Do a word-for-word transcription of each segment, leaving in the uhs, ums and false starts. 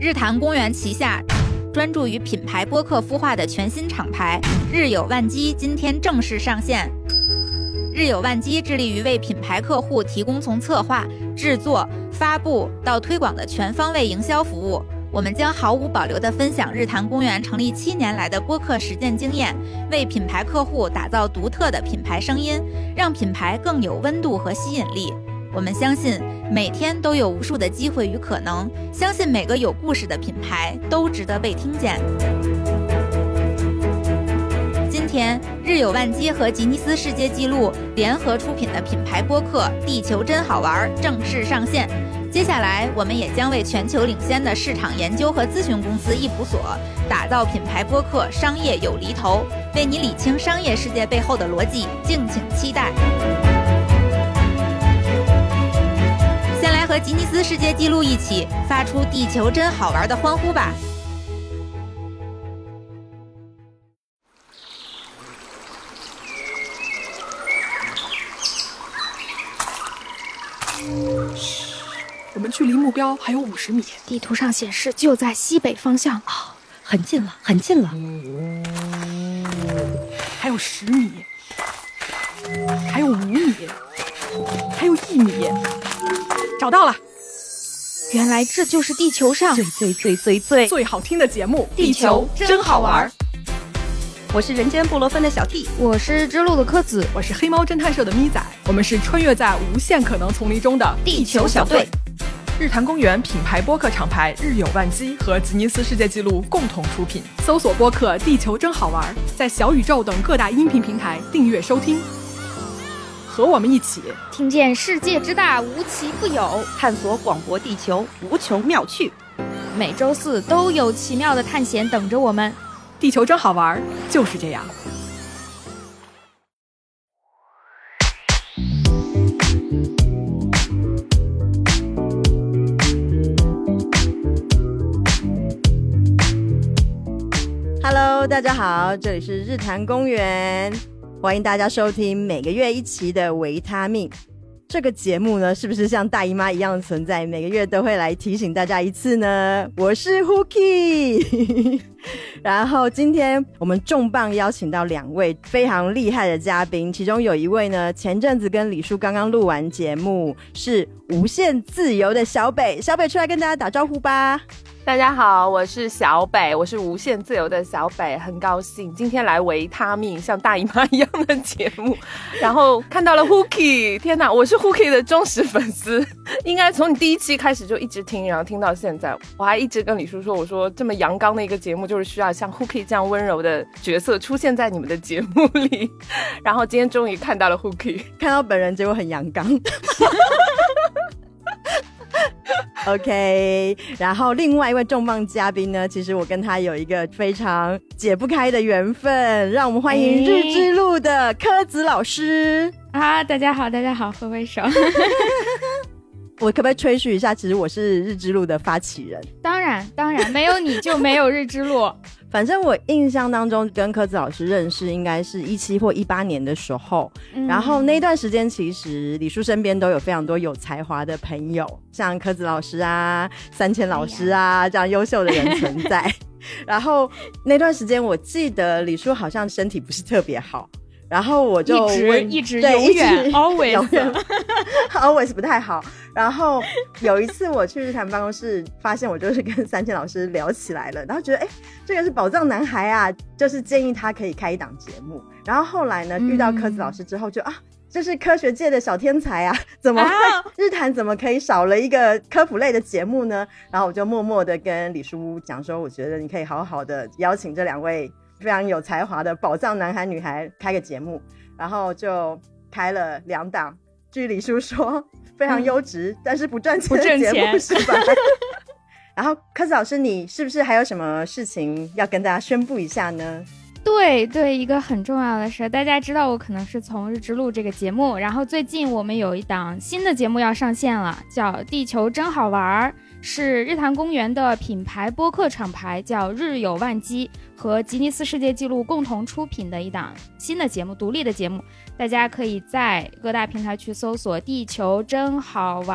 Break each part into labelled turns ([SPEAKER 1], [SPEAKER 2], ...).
[SPEAKER 1] 日坛公园旗下专注于品牌播客孵化的全新厂牌日有万机今天正式上线。日有万机致力于为品牌客户提供从策划、制作、发布到推广的全方位营销服务。我们将毫无保留地分享日坛公园成立七年来的播客实践经验，为品牌客户打造独特的品牌声音，让品牌更有温度和吸引力。我们相信每天都有无数的机会与可能，相信每个有故事的品牌都值得被听见。今天，日有万机和吉尼斯世界纪录联合出品的品牌播客《地球真好玩》正式上线。接下来，我们也将为全球领先的市场研究和咨询公司易普所打造品牌播客商业有厘头，为你理清商业世界背后的逻辑，敬请期待。先来和吉尼斯世界纪录一起发出地球真好玩的欢呼吧。
[SPEAKER 2] 我们距离目标还有五十米，
[SPEAKER 3] 地图上显示就在西北方向，
[SPEAKER 4] 哦，很近了，很近了。
[SPEAKER 2] 还有十米，还有五米，还有一米，找到了！
[SPEAKER 3] 原来这就是地球上
[SPEAKER 4] 最最最最最
[SPEAKER 2] 最好听的节目，
[SPEAKER 3] 地球真好玩。
[SPEAKER 4] 我是人间布洛芬的小 T，
[SPEAKER 3] 我是之路的柯子，
[SPEAKER 2] 我是黑猫侦探社的咪仔，我们是穿越在无限可能丛林中的
[SPEAKER 3] 地球小队。
[SPEAKER 2] 日坛公园品牌播客厂牌日有万机和吉尼斯世界纪录共同出品，搜索播客地球真好玩，在小宇宙等各大音频平台订阅收听，和我们一起
[SPEAKER 3] 听见世界之大无奇不有，
[SPEAKER 4] 探索广博地球无穷妙趣。
[SPEAKER 3] 每周四都有奇妙的探险等着我们，
[SPEAKER 2] 地球真好玩，就是这样。
[SPEAKER 5] Hello， 大家好，这里是日坛公园，欢迎大家收听每个月一期的维他命。这个节目呢，是不是像大姨妈一样的存在，每个月都会来提醒大家一次呢？我是 Hooky 然后今天我们重磅邀请到两位非常厉害的嘉宾，其中有一位呢，前阵子跟李叔刚刚录完节目，是无限自由的小北。小北出来跟大家打招呼吧。
[SPEAKER 6] 大家好，我是小北，我是无限自由的小北，很高兴今天来维他命像大姨妈一样的节目，然后看到了 Hooky， 天哪，我是 Hooky 的忠实粉丝，应该从你第一期开始就一直听，然后听到现在。我还一直跟李叔说，我说这么阳刚的一个节目就是需要像 Hooky 这样温柔的角色出现在你们的节目里，然后今天终于看到了 Hooky，
[SPEAKER 5] 看到本人结果很阳刚OK， 然后另外一位重磅嘉宾呢，其实我跟他有一个非常解不开的缘分，让我们欢迎日之路的柯子老师、
[SPEAKER 3] 欸、啊！大家好，大家好，挥挥手。
[SPEAKER 5] 我可不可以吹嘘一下，其实我是日之路的发起人？
[SPEAKER 3] 当然当然，没有你就没有日之路。
[SPEAKER 5] 反正我印象当中跟柯子老师认识应该是一七或一八年的时候、嗯、然后那段时间其实李叔身边都有非常多有才华的朋友，像柯子老师啊、三千老师啊、哎、这样优秀的人存在然后那段时间我记得李叔好像身体不是特别好，然后我就
[SPEAKER 3] 一直一直永远 always
[SPEAKER 5] 永远always 不太好。然后有一次我去日坛办公室，发现我就是跟三千老师聊起来了，然后觉得哎，这个是宝藏男孩啊，就是建议他可以开一档节目。然后后来呢，遇到柯子老师之后就、嗯、啊，这是科学界的小天才啊，怎么会、啊、日坛怎么可以少了一个科普类的节目呢？然后我就默默的跟李叔讲说，我觉得你可以好好的邀请这两位非常有才华的宝藏男孩女孩开个节目，然后就开了两档，据李叔说非常优质、嗯、但是不赚钱的节目是吧？然后柯子老师，你是不是还有什么事情要跟大家宣布一下呢？
[SPEAKER 3] 对对，一个很重要的事，大家知道我可能是从日之路这个节目，然后最近我们有一档新的节目要上线了，叫地球真好玩，是日坛公园的品牌播客厂牌叫日有万机和吉尼斯世界纪录共同出品的一档新的节目，独立的节目，大家可以在各大平台去搜索地球真好玩，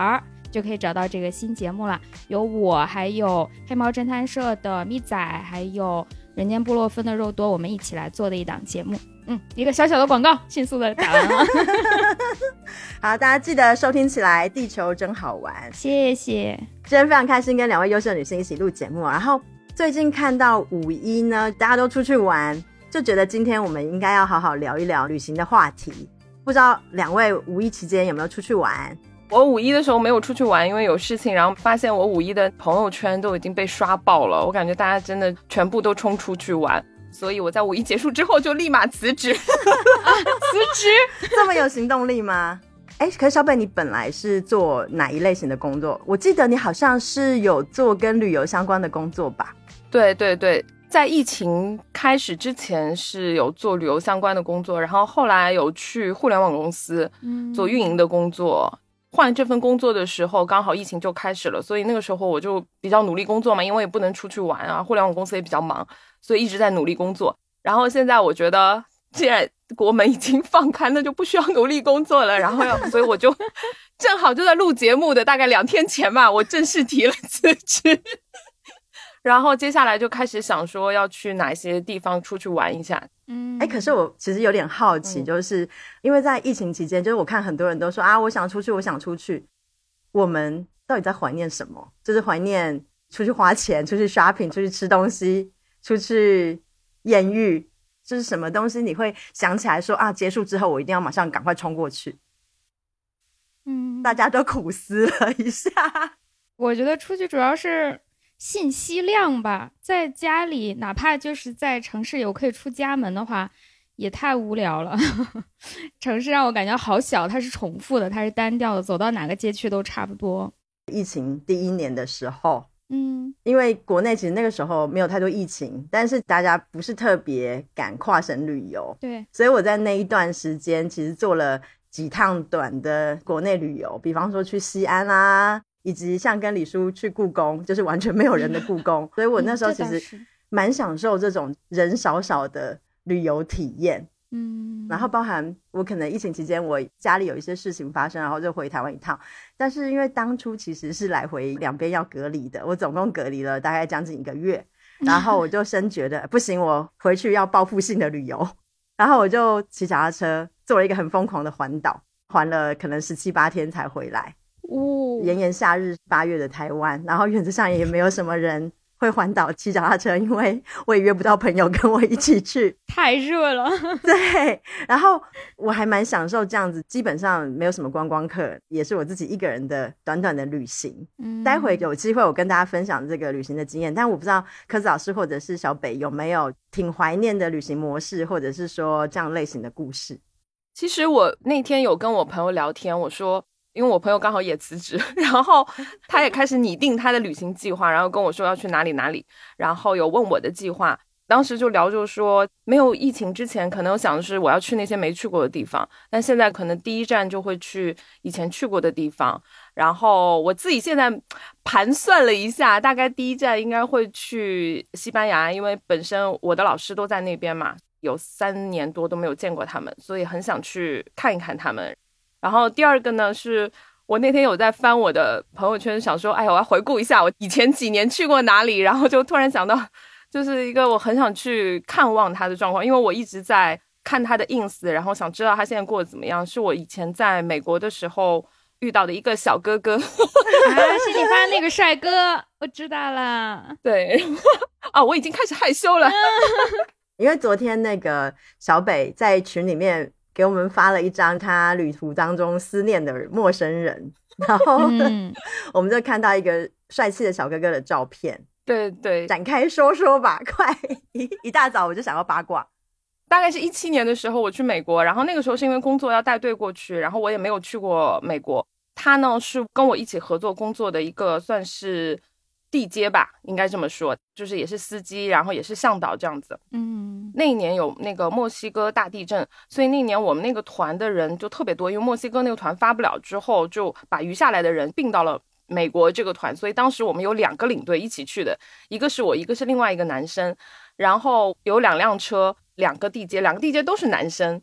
[SPEAKER 3] 就可以找到这个新节目了。有我，还有黑猫侦探社的咪仔，还有人间部落分的肉多，我们一起来做的一档节目。嗯，一个小小的广告，迅速的打完了。
[SPEAKER 5] 好，大家记得收听起来，地球真好玩。
[SPEAKER 3] 谢谢。
[SPEAKER 5] 今天非常开心跟两位优秀的女性一起录节目，然后最近看到五一呢，大家都出去玩，就觉得今天我们应该要好好聊一聊旅行的话题。不知道两位五一期间有没有出去玩？
[SPEAKER 6] 我五一的时候没有出去玩，因为有事情，然后发现我五一的朋友圈都已经被刷爆了，我感觉大家真的全部都冲出去玩，所以我在五一结束之后就立马辞职。啊，
[SPEAKER 3] 辞职
[SPEAKER 5] 这么有行动力吗？哎，可是小北，你本来是做哪一类型的工作？我记得你好像是有做跟旅游相关的工作吧？
[SPEAKER 6] 对对对，在疫情开始之前是有做旅游相关的工作，然后后来有去互联网公司做运营的工作。嗯，换这份工作的时候刚好疫情就开始了，所以那个时候我就比较努力工作嘛，因为也不能出去玩啊，互联网公司也比较忙，所以一直在努力工作。然后现在我觉得既然国门已经放开，那就不需要努力工作了，然后所以我就正好就在录节目的大概两天前吧，我正式提了辞职。然后接下来就开始想说要去哪些地方出去玩一下。
[SPEAKER 5] 嗯，哎，可是我其实有点好奇，就是、嗯、因为在疫情期间，就是我看很多人都说啊，我想出去，我想出去。我们到底在怀念什么？就是怀念出去花钱，出去 shopping， 出去吃东西，出去艳遇，就是什么东西你会想起来说啊，结束之后我一定要马上赶快冲过去。嗯，大家都苦思了一下。
[SPEAKER 3] 我觉得出去主要是信息量吧，在家里哪怕就是在城市有可以出家门的话也太无聊了。城市让我感觉好小，它是重复的，它是单调的，走到哪个街区都差不多。
[SPEAKER 5] 疫情第一年的时候，
[SPEAKER 3] 嗯，
[SPEAKER 5] 因为国内其实那个时候没有太多疫情，但是大家不是特别敢跨省旅游，
[SPEAKER 3] 对，
[SPEAKER 5] 所以我在那一段时间其实做了几趟短的国内旅游，比方说去西安啊，以及像跟李叔去故宫，就是完全没有人的故宫。所以我那时候其实蛮享受这种人少少的旅游体验。嗯，然后包含我可能疫情期间我家里有一些事情发生，然后就回台湾一趟，但是因为当初其实是来回两边要隔离的，我总共隔离了大概将近一个月，然后我就深觉得不行，我回去要报复性的旅游，然后我就骑脚踏车做了一个很疯狂的环岛，环了可能十七八天才回来。哦，炎炎夏日八月的台湾，然后原则上也没有什么人会环岛骑脚踏车，因为我也约不到朋友跟我一起去，
[SPEAKER 3] 太热了。
[SPEAKER 5] 对，然后我还蛮享受这样子，基本上没有什么观光客，也是我自己一个人的短短的旅行。嗯，待会有机会我跟大家分享这个旅行的经验，但我不知道柯子老师或者是小北有没有挺怀念的旅行模式，或者是说这样类型的故事。
[SPEAKER 6] 其实我那天有跟我朋友聊天，我说因为我朋友刚好也辞职，然后他也开始拟定他的旅行计划，然后跟我说要去哪里哪里，然后有问我的计划。当时就聊，就说没有疫情之前可能想的是我要去那些没去过的地方，但现在可能第一站就会去以前去过的地方。然后我自己现在盘算了一下，大概第一站应该会去西班牙，因为本身我的老师都在那边嘛，有三年多都没有见过他们，所以很想去看一看他们。然后第二个呢，是我那天有在翻我的朋友圈，想说哎，我要回顾一下我以前几年去过哪里，然后就突然想到就是一个我很想去看望他的状况，因为我一直在看他的 ins， 然后想知道他现在过得怎么样，是我以前在美国的时候遇到的一个小哥哥。啊，
[SPEAKER 3] 是你发那个帅哥，我知道了。
[SPEAKER 6] 对。啊，我已经开始害羞了。
[SPEAKER 5] 因为昨天那个小北在群里面给我们发了一张他旅途当中思念的陌生人，然后、嗯、我们就看到一个帅气的小哥哥的照片。
[SPEAKER 6] 对对，
[SPEAKER 5] 展开说说吧，快！一一大早我就想要八卦。
[SPEAKER 6] 大概是一七年的时候我去美国，然后那个时候是因为工作要带队过去，然后我也没有去过美国。他呢是跟我一起合作工作的一个算是地接吧，应该这么说，就是也是司机，然后也是向导这样子。嗯，那一年有那个墨西哥大地震，所以那年我们那个团的人就特别多，因为墨西哥那个团发不了之后，就把余下来的人并到了美国这个团，所以当时我们有两个领队一起去的，一个是我，一个是另外一个男生，然后有两辆车，两个地接，两个地接都是男生。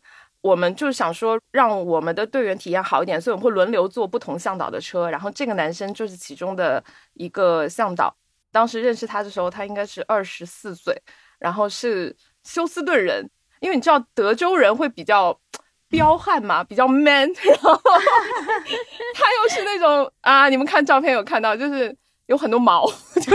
[SPEAKER 6] 我们就想说让我们的队员体验好一点，所以我们会轮流坐不同向导的车，然后这个男生就是其中的一个向导。当时认识他的时候他应该是二十四岁，然后是休斯顿人，因为你知道德州人会比较彪悍嘛，比较 man， 然后他又是那种啊，你们看照片有看到就是有很多毛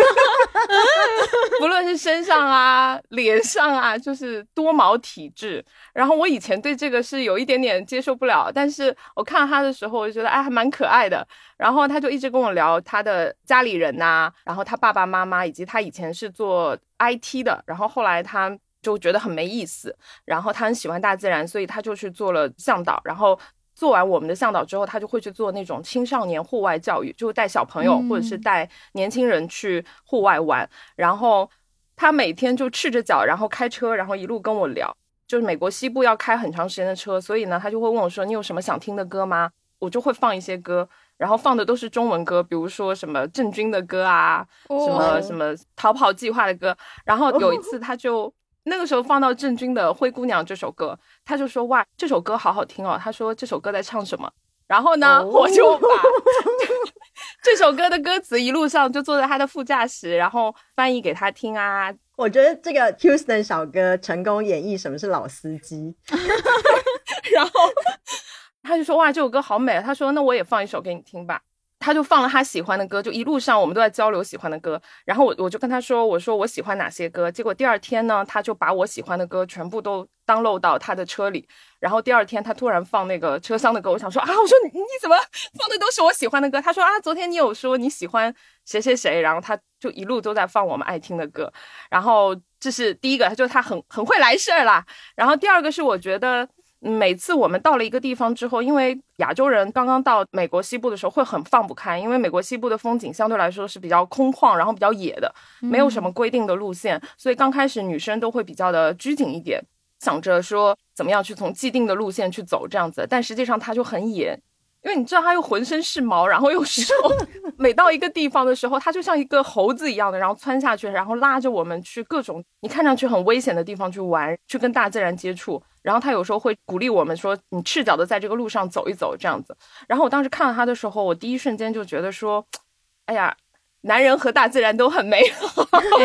[SPEAKER 6] 不论是身上啊脸上啊，就是多毛体质。然后我以前对这个是有一点点接受不了，但是我看到他的时候我就觉得哎还蛮可爱的。然后他就一直跟我聊他的家里人啊，然后他爸爸妈妈，以及他以前是做 I T 的，然后后来他就觉得很没意思，然后他很喜欢大自然，所以他就去做了向导。然后做完我们的向导之后，他就会去做那种青少年户外教育，就带小朋友、嗯、或者是带年轻人去户外玩。然后他每天就赤着脚然后开车，然后一路跟我聊，就是美国西部要开很长时间的车，所以呢他就会问我说你有什么想听的歌吗？我就会放一些歌，然后放的都是中文歌，比如说什么郑钧的歌啊、哦、什么什么逃跑计划的歌。然后有一次他就、哦、那个时候放到郑钧的灰姑娘这首歌，他就说哇这首歌好好听哦，他说这首歌在唱什么。然后呢、哦、我就把这首歌的歌词一路上就坐在他的副驾驶，然后翻译给他听啊。
[SPEAKER 5] 我觉得这个 Houston 小哥成功演绎什么是老司机
[SPEAKER 6] 然后他就说哇这首歌好美，他说那我也放一首给你听吧。他就放了他喜欢的歌，就一路上我们都在交流喜欢的歌。然后我我就跟他说我说我喜欢哪些歌，结果第二天呢他就把我喜欢的歌全部都 download 到他的车里。然后第二天他突然放那个车厢的歌，我想说啊我说你你怎么放的都是我喜欢的歌。他说啊昨天你有说你喜欢谁谁谁，然后他就一路都在放我们爱听的歌。然后这是第一个，就是他很很会来事儿啦。然后第二个是我觉得每次我们到了一个地方之后，因为亚洲人刚刚到美国西部的时候会很放不开，因为美国西部的风景相对来说是比较空旷，然后比较野的，没有什么规定的路线、嗯、所以刚开始女生都会比较的拘谨一点，想着说怎么样去从既定的路线去走这样子。但实际上它就很野，因为你知道它又浑身是毛，然后又瘦每到一个地方的时候它就像一个猴子一样的，然后窜下去，然后拉着我们去各种你看上去很危险的地方去玩，去跟大自然接触。然后他有时候会鼓励我们说你赤脚的在这个路上走一走这样子。然后我当时看到他的时候，我第一瞬间就觉得说哎呀男人和大自然都很美好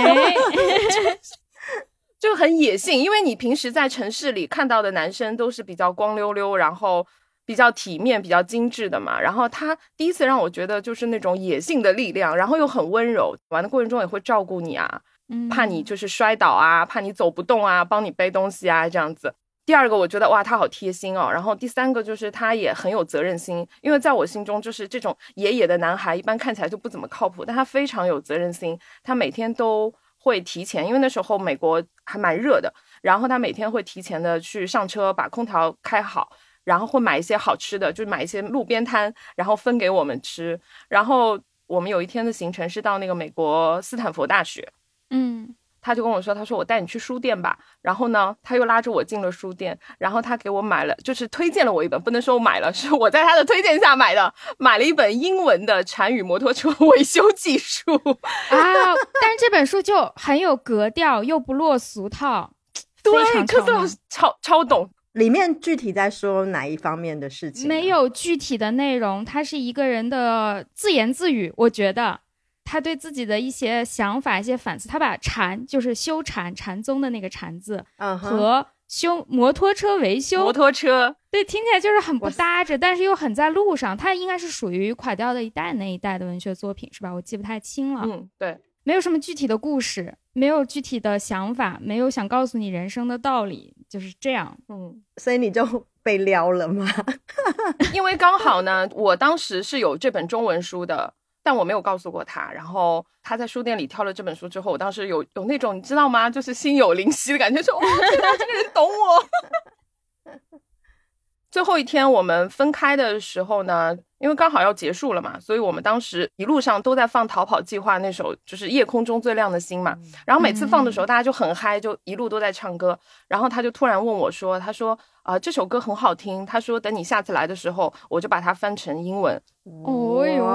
[SPEAKER 6] 就很野性。因为你平时在城市里看到的男生都是比较光溜溜，然后比较体面比较精致的嘛，然后他第一次让我觉得就是那种野性的力量，然后又很温柔，玩的过程中也会照顾你啊，怕你就是摔倒啊，怕你走不动啊，帮你背东西啊这样子。第二个我觉得哇他好贴心哦。然后第三个就是他也很有责任心，因为在我心中就是这种野野的男孩一般看起来就不怎么靠谱，但他非常有责任心。他每天都会提前，因为那时候美国还蛮热的，然后他每天会提前的去上车把空调开好，然后会买一些好吃的，就买一些路边摊然后分给我们吃。然后我们有一天的行程是到那个美国斯坦福大学，
[SPEAKER 3] 嗯，
[SPEAKER 6] 他就跟我说他说我带你去书店吧。然后呢他又拉着我进了书店，然后他给我买了，就是推荐了我一本，不能说我买了，是我在他的推荐下买的，买了一本英文的禅语摩托车维修技术
[SPEAKER 3] 啊。但是这本书就很有格调又不落俗套，
[SPEAKER 6] 对，科斯老师超超懂。
[SPEAKER 5] 里面具体在说哪一方面的事情？
[SPEAKER 3] 没有具体的内容，它是一个人的自言自语。我觉得他对自己的一些想法一些反思，他把禅就是修禅禅宗的那个禅字、uh-huh. 和修摩托车维修
[SPEAKER 6] 摩托车，
[SPEAKER 3] 对，听起来就是很不搭着，但是又很在路上。他应该是属于垮掉的一代那一代的文学作品是吧？我记不太清了。
[SPEAKER 6] 嗯，对，
[SPEAKER 3] 没有什么具体的故事，没有具体的想法，没有想告诉你人生的道理，就是这样。
[SPEAKER 6] 嗯，
[SPEAKER 5] 所以你就被撩了吗？
[SPEAKER 6] 因为刚好呢我当时是有这本中文书的，但我没有告诉过他。然后他在书店里挑了这本书之后，我当时有有那种你知道吗，就是心有灵犀的感觉，说哦天哪这个人懂我最后一天我们分开的时候呢，因为刚好要结束了嘛，所以我们当时一路上都在放逃跑计划那首就是夜空中最亮的星嘛。然后每次放的时候大家就很嗨，就一路都在唱歌。然后他就突然问我说，他说啊、呃、这首歌很好听，他说等你下次来的时候我就把它翻成英文。
[SPEAKER 3] 哦哟、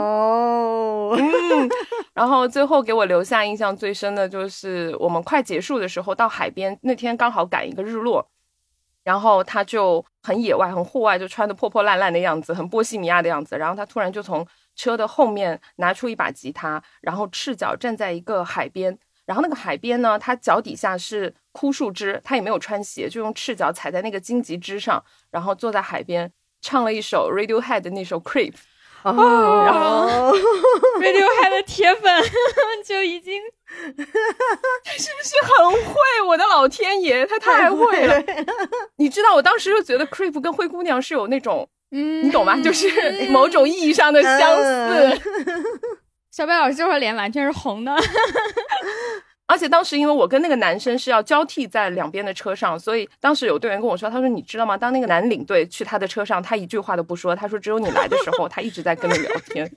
[SPEAKER 6] 嗯，然后最后给我留下印象最深的就是我们快结束的时候到海边，那天刚好赶一个日落， 然后他就很野外很户外，就穿得破破烂烂的样子，很波西米亚的样子。然后他突然就从车的后面拿出一把吉他，然后赤脚站在一个海边，然后那个海边呢，他脚底下是枯树枝，他也没有穿鞋，就用赤脚踩在那个荆棘枝上，然后坐在海边唱了一首 Radiohead 的那首 Creep。
[SPEAKER 5] 哦，
[SPEAKER 6] 然后
[SPEAKER 3] Radiohead 的铁粉就已经
[SPEAKER 6] 是不是很会？我的老天爷，他太会了！你知道，我当时就觉得 Creep 跟灰姑娘是有那种，
[SPEAKER 3] 嗯，
[SPEAKER 6] 你懂吗？就是某种意义上的相似。
[SPEAKER 3] 小白老师这会儿脸完全是红的。
[SPEAKER 6] 而且当时因为我跟那个男生是要交替在两边的车上，所以当时有队员跟我说，他说你知道吗，当那个男领队去他的车上，他一句话都不说，他说只有你来的时候他一直在跟你聊天。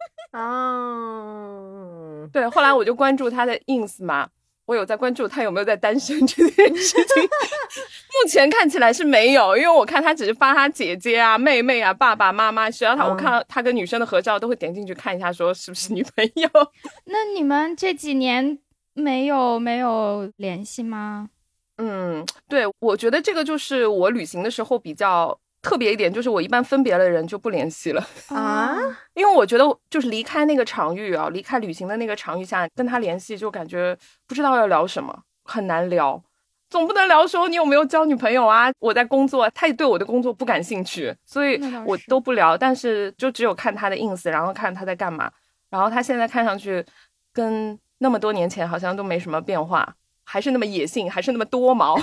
[SPEAKER 5] 哦，
[SPEAKER 6] 对，后来我就关注他的 ins 嘛，我有在关注他有没有在单身这件事情。目前看起来是没有，因为我看他只是发他姐姐啊妹妹啊爸爸妈妈，只要他、嗯、我看到他跟女生的合照都会点进去看一下说是不是女朋友。
[SPEAKER 3] 那你们这几年没有没有联系吗？
[SPEAKER 6] 嗯，对，我觉得这个就是我旅行的时候比较特别一点，就是我一般分别了人就不联系了
[SPEAKER 5] 啊，
[SPEAKER 6] 因为我觉得就是离开那个场域啊，离开旅行的那个场域下跟他联系，就感觉不知道要聊什么，很难聊，总不能聊说你有没有交女朋友啊，我在工作，他也对我的工作不感兴趣，所以我都不聊，但是就只有看他的 ins， 然后看他在干嘛，然后他现在看上去跟那么多年前好像都没什么变化，还是那么野性，还是那么多毛。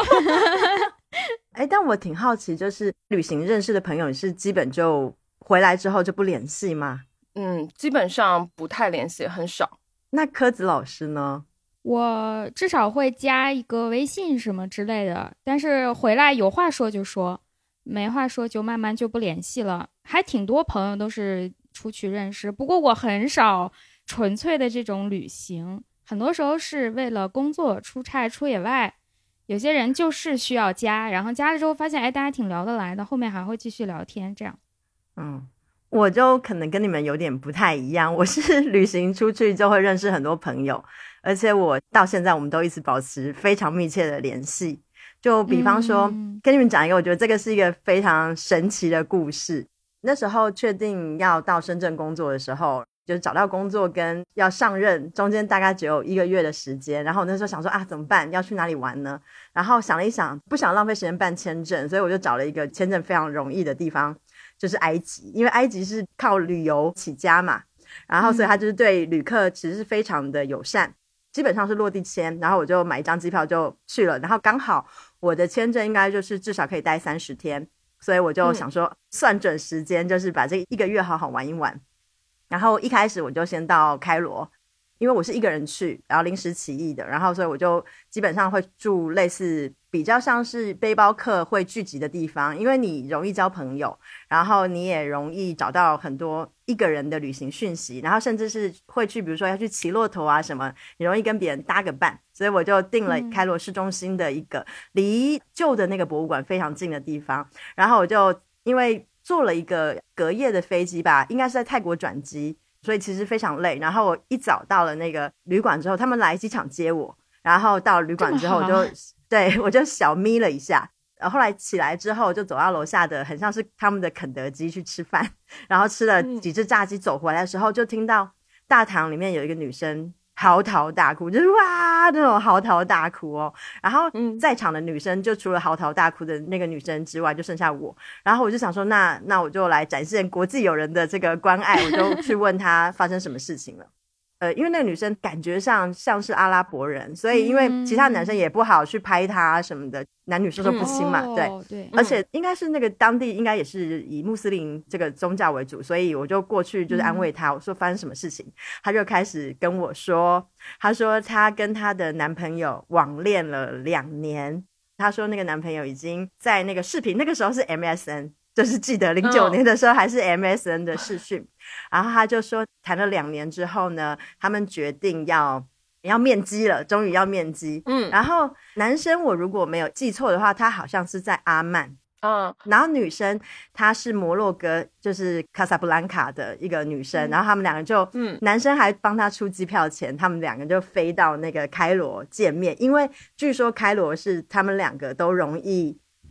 [SPEAKER 5] 哎，但我挺好奇，就是旅行认识的朋友，你是基本就回来之后就不联系吗？
[SPEAKER 6] 嗯，基本上不太联系，很少。
[SPEAKER 5] 那柯子老师呢？
[SPEAKER 3] 我至少会加一个微信什么之类的，但是回来有话说就说，没话说就慢慢就不联系了。还挺多朋友都是出去认识，不过我很少纯粹的这种旅行，很多时候是为了工作出差出野外，有些人就是需要加，然后加了之后发现哎大家挺聊得来的，后面还会继续聊天这样。
[SPEAKER 5] 嗯，我就可能跟你们有点不太一样，我是旅行出去就会认识很多朋友，而且我到现在我们都一直保持非常密切的联系。就比方说、嗯、跟你们讲一个我觉得这个是一个非常神奇的故事。那时候确定要到深圳工作的时候，就是找到工作跟要上任中间大概只有一个月的时间，然后我那时候想说啊怎么办，要去哪里玩呢？然后想了一想，不想浪费时间办签证，所以我就找了一个签证非常容易的地方，就是埃及，因为埃及是靠旅游起家嘛，然后所以他就是对旅客其实是非常的友善、嗯、基本上是落地签，然后我就买一张机票就去了，然后刚好我的签证应该就是至少可以待三十天，所以我就想说算准时间，就是把这一个月好好玩一玩。然后一开始我就先到开罗，因为我是一个人去，然后临时起意的，然后所以我就基本上会住类似比较像是背包客会聚集的地方，因为你容易交朋友，然后你也容易找到很多一个人的旅行讯息，然后甚至是会去比如说要去骑骆驼啊什么，你容易跟别人搭个伴，所以我就订了开罗市中心的一个离旧的那个博物馆非常近的地方，然后我就因为坐了一个隔夜的飞机吧，应该是在泰国转机，所以其实非常累，然后我一早到了那个旅馆之后，他们来机场接我，然后到旅馆之后我就对我就小眯了一下，然后后来起来之后就走到楼下的很像是他们的肯德基去吃饭，然后吃了几只炸鸡，走回来的时候就听到大堂里面有一个女生嚎啕大哭，就是哇那种嚎啕大哭哦，然后在场的女生就除了嚎啕大哭的那个女生之外就剩下我，然后我就想说那那我就来展现国际友人的这个关爱，我就去问她发生什么事情了。呃，因为那个女生感觉上像是阿拉伯人，所以因为其他男生也不好去拍她什么的，男女授受不亲嘛、嗯、对、哦、对，而且应该是那个当地应该也是以穆斯林这个宗教为主，所以我就过去就是安慰她、嗯、我说发生什么事情，她就开始跟我说，她说她跟她的男朋友网恋了两年，她说那个男朋友已经在那个视频，那个时候是 M S N，就是记得零九年的时候还是 M S N 的视讯、哦、然后他就说谈了两年之后呢，他们决定要要面基了，终于要面基。嗯，然后男生我如果没有记错的话，他好像是在阿曼，嗯，然后女生她是摩洛哥，就是卡萨布兰卡的一个女生、嗯、然后他们两个就嗯，男生还帮她出机票钱，他们两个就飞到那个开罗见面，因为据说开罗是他们两个都容易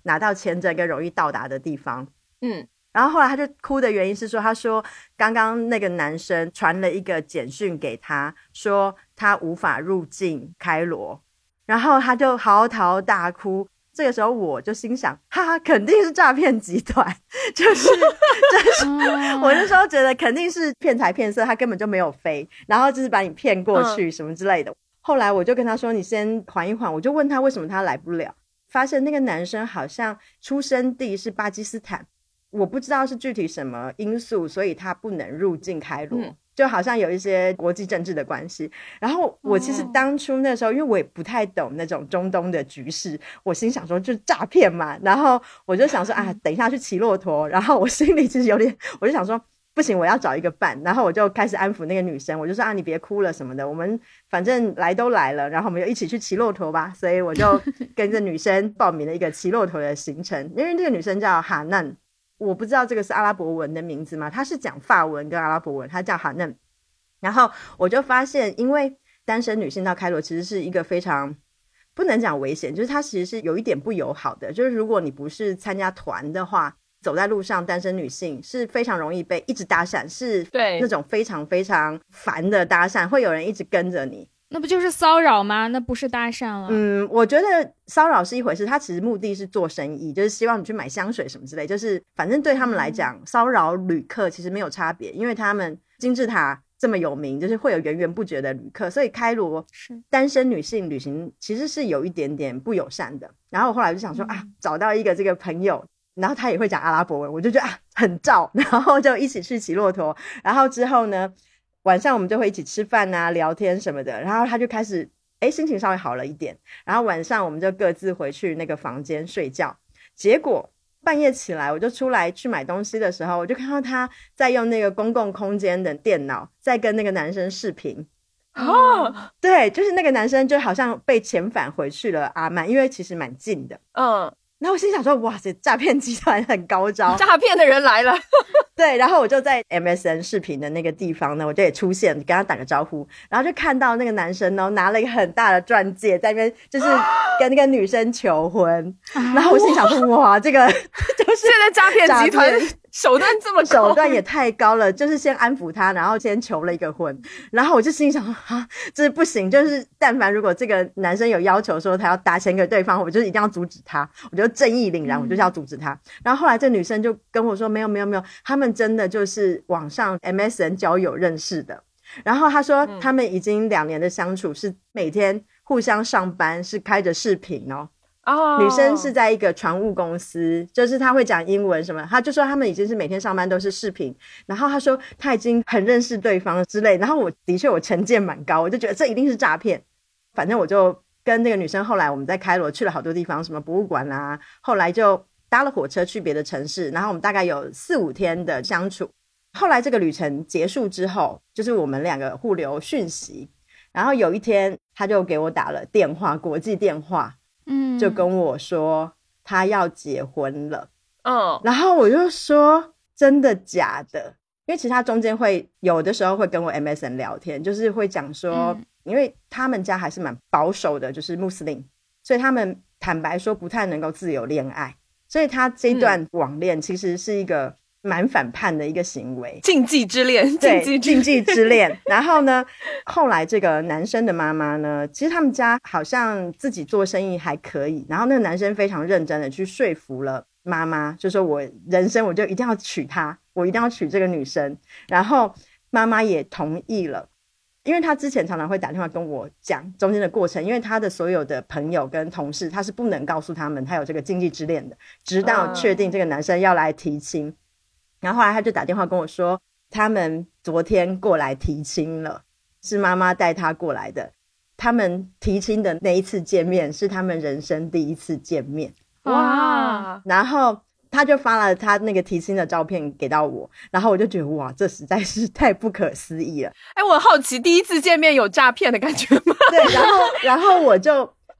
[SPEAKER 5] 拿到签证跟容易到达的地方。
[SPEAKER 6] 嗯，
[SPEAKER 5] 然后后来他就哭的原因是说，他说刚刚那个男生传了一个简讯给他，说他无法入境开罗，然后他就嚎啕大哭。这个时候我就心想，哈哈，肯定是诈骗集团，就是就是我那时候觉得肯定是骗财骗色，他根本就没有飞，然后就是把你骗过去什么之类的。嗯、后来我就跟他说，你先缓一缓，我就问他为什么他来不了，发现那个男生好像出生地是巴基斯坦，我不知道是具体什么因素，所以他不能入境开罗。嗯，就好像有一些国际政治的关系。然后我其实当初那时候因为我也不太懂那种中东的局势，我心想说就是诈骗嘛，然后我就想说啊，等一下去骑骆驼，然后我心里其实有点，我就想说不行，我要找一个伴，然后我就开始安抚那个女生，我就说啊，你别哭了什么的，我们反正来都来了，然后我们就一起去骑骆驼吧。所以我就跟着女生报名了一个骑骆驼的行程，因为这个女生叫哈嫩，我不知道这个是阿拉伯文的名字吗？他是讲法文跟阿拉伯文，他叫哈嫩。然后我就发现，因为单身女性到开罗其实是一个非常不能讲危险，就是它其实是有一点不友好的，就是如果你不是参加团的话，走在路上单身女性是非常容易被一直搭讪，是那种非常非常烦的搭讪，会有人一直跟着你。
[SPEAKER 3] 那不就是骚扰吗？那不是搭讪了。
[SPEAKER 5] 嗯，我觉得骚扰是一回事，他其实目的是做生意，就是希望你去买香水什么之类，就是反正对他们来讲，骚扰旅客其实没有差别，因为他们金字塔这么有名，就是会有源源不绝的旅客，所以开罗单身女性旅行其实是有一点点不友善的。然后我后来就想说、嗯、啊，找到一个这个朋友，然后他也会讲阿拉伯文，我就觉得啊很照，然后就一起去骑骆驼。然后之后呢，晚上我们就会一起吃饭啊聊天什么的，然后他就开始哎心情稍微好了一点，然后晚上我们就各自回去那个房间睡觉。结果半夜起来，我就出来去买东西的时候，我就看到他在用那个公共空间的电脑在跟那个男生视频。
[SPEAKER 6] 哦，
[SPEAKER 5] 对，就是那个男生就好像被遣返回去了阿曼，因为其实蛮近的。
[SPEAKER 6] 嗯，
[SPEAKER 5] 然后我心想说，哇塞，诈骗集团很高招，
[SPEAKER 6] 诈骗的人来了。
[SPEAKER 5] 对，然后我就在 M S N 视频的那个地方呢，我就也出现跟他打个招呼，然后就看到那个男生呢拿了一个很大的钻戒在那边就是跟那个女生求婚。然后我心想说，哇，这个就是
[SPEAKER 6] 现在诈骗集团手段这么高，
[SPEAKER 5] 手段也太高了，就是先安抚他，然后先求了一个婚。然后我就心想啊，这不行，就是但凡如果这个男生有要求说他要打钱给对方，我就一定要阻止他，我就正义凛然，我就是要阻止他、嗯、然后后来这女生就跟我说，没有没有没有，他们真的就是网上 M S N 交友认识的。然后他说他们已经两年的相处是每天互相上班是开着视频哦。Oh. 女生是在一个船务公司，就是她会讲英文什么，她就说他们已经是每天上班都是视频，然后她说她已经很认识对方之类，然后我的确我成见蛮高，我就觉得这一定是诈骗。反正我就跟那个女生后来我们在开罗去了好多地方，什么博物馆啊，后来就搭了火车去别的城市，然后我们大概有四五天的相处。后来这个旅程结束之后，就是我们两个互留讯息，然后有一天他就给我打了电话，国际电话，嗯，就跟我说他要结婚了。
[SPEAKER 6] 嗯，
[SPEAKER 5] 然后我就说真的假的？因为其实他中间会有的时候会跟我 M S N 聊天，就是会讲说、嗯、因为他们家还是蛮保守的，就是穆斯林，所以他们坦白说不太能够自由恋爱，所以他这段网恋其实是一个蛮反叛的一个行为，
[SPEAKER 6] 禁忌之恋。
[SPEAKER 5] 对，禁忌之恋。然后呢，后来这个男生的妈妈呢，其实他们家好像自己做生意还可以，然后那个男生非常认真的去说服了妈妈，就说我人生我就一定要娶她，我一定要娶这个女生。然后妈妈也同意了，因为他之前常常会打电话跟我讲中间的过程，因为他的所有的朋友跟同事他是不能告诉他们他有这个禁忌之恋的，直到确定这个男生要来提亲、嗯、然后后来他就打电话跟我说他们昨天过来提亲了，是妈妈带他过来的，他们提亲的那一次见面是他们人生第一次见面。
[SPEAKER 6] 哇！
[SPEAKER 5] 然后他就发了他那个提亲的照片给到我，然后我就觉得哇，这实在是太不可思议了。
[SPEAKER 6] 哎，我好奇第一次见面有诈骗的感觉吗？
[SPEAKER 5] 对，然后然后我就然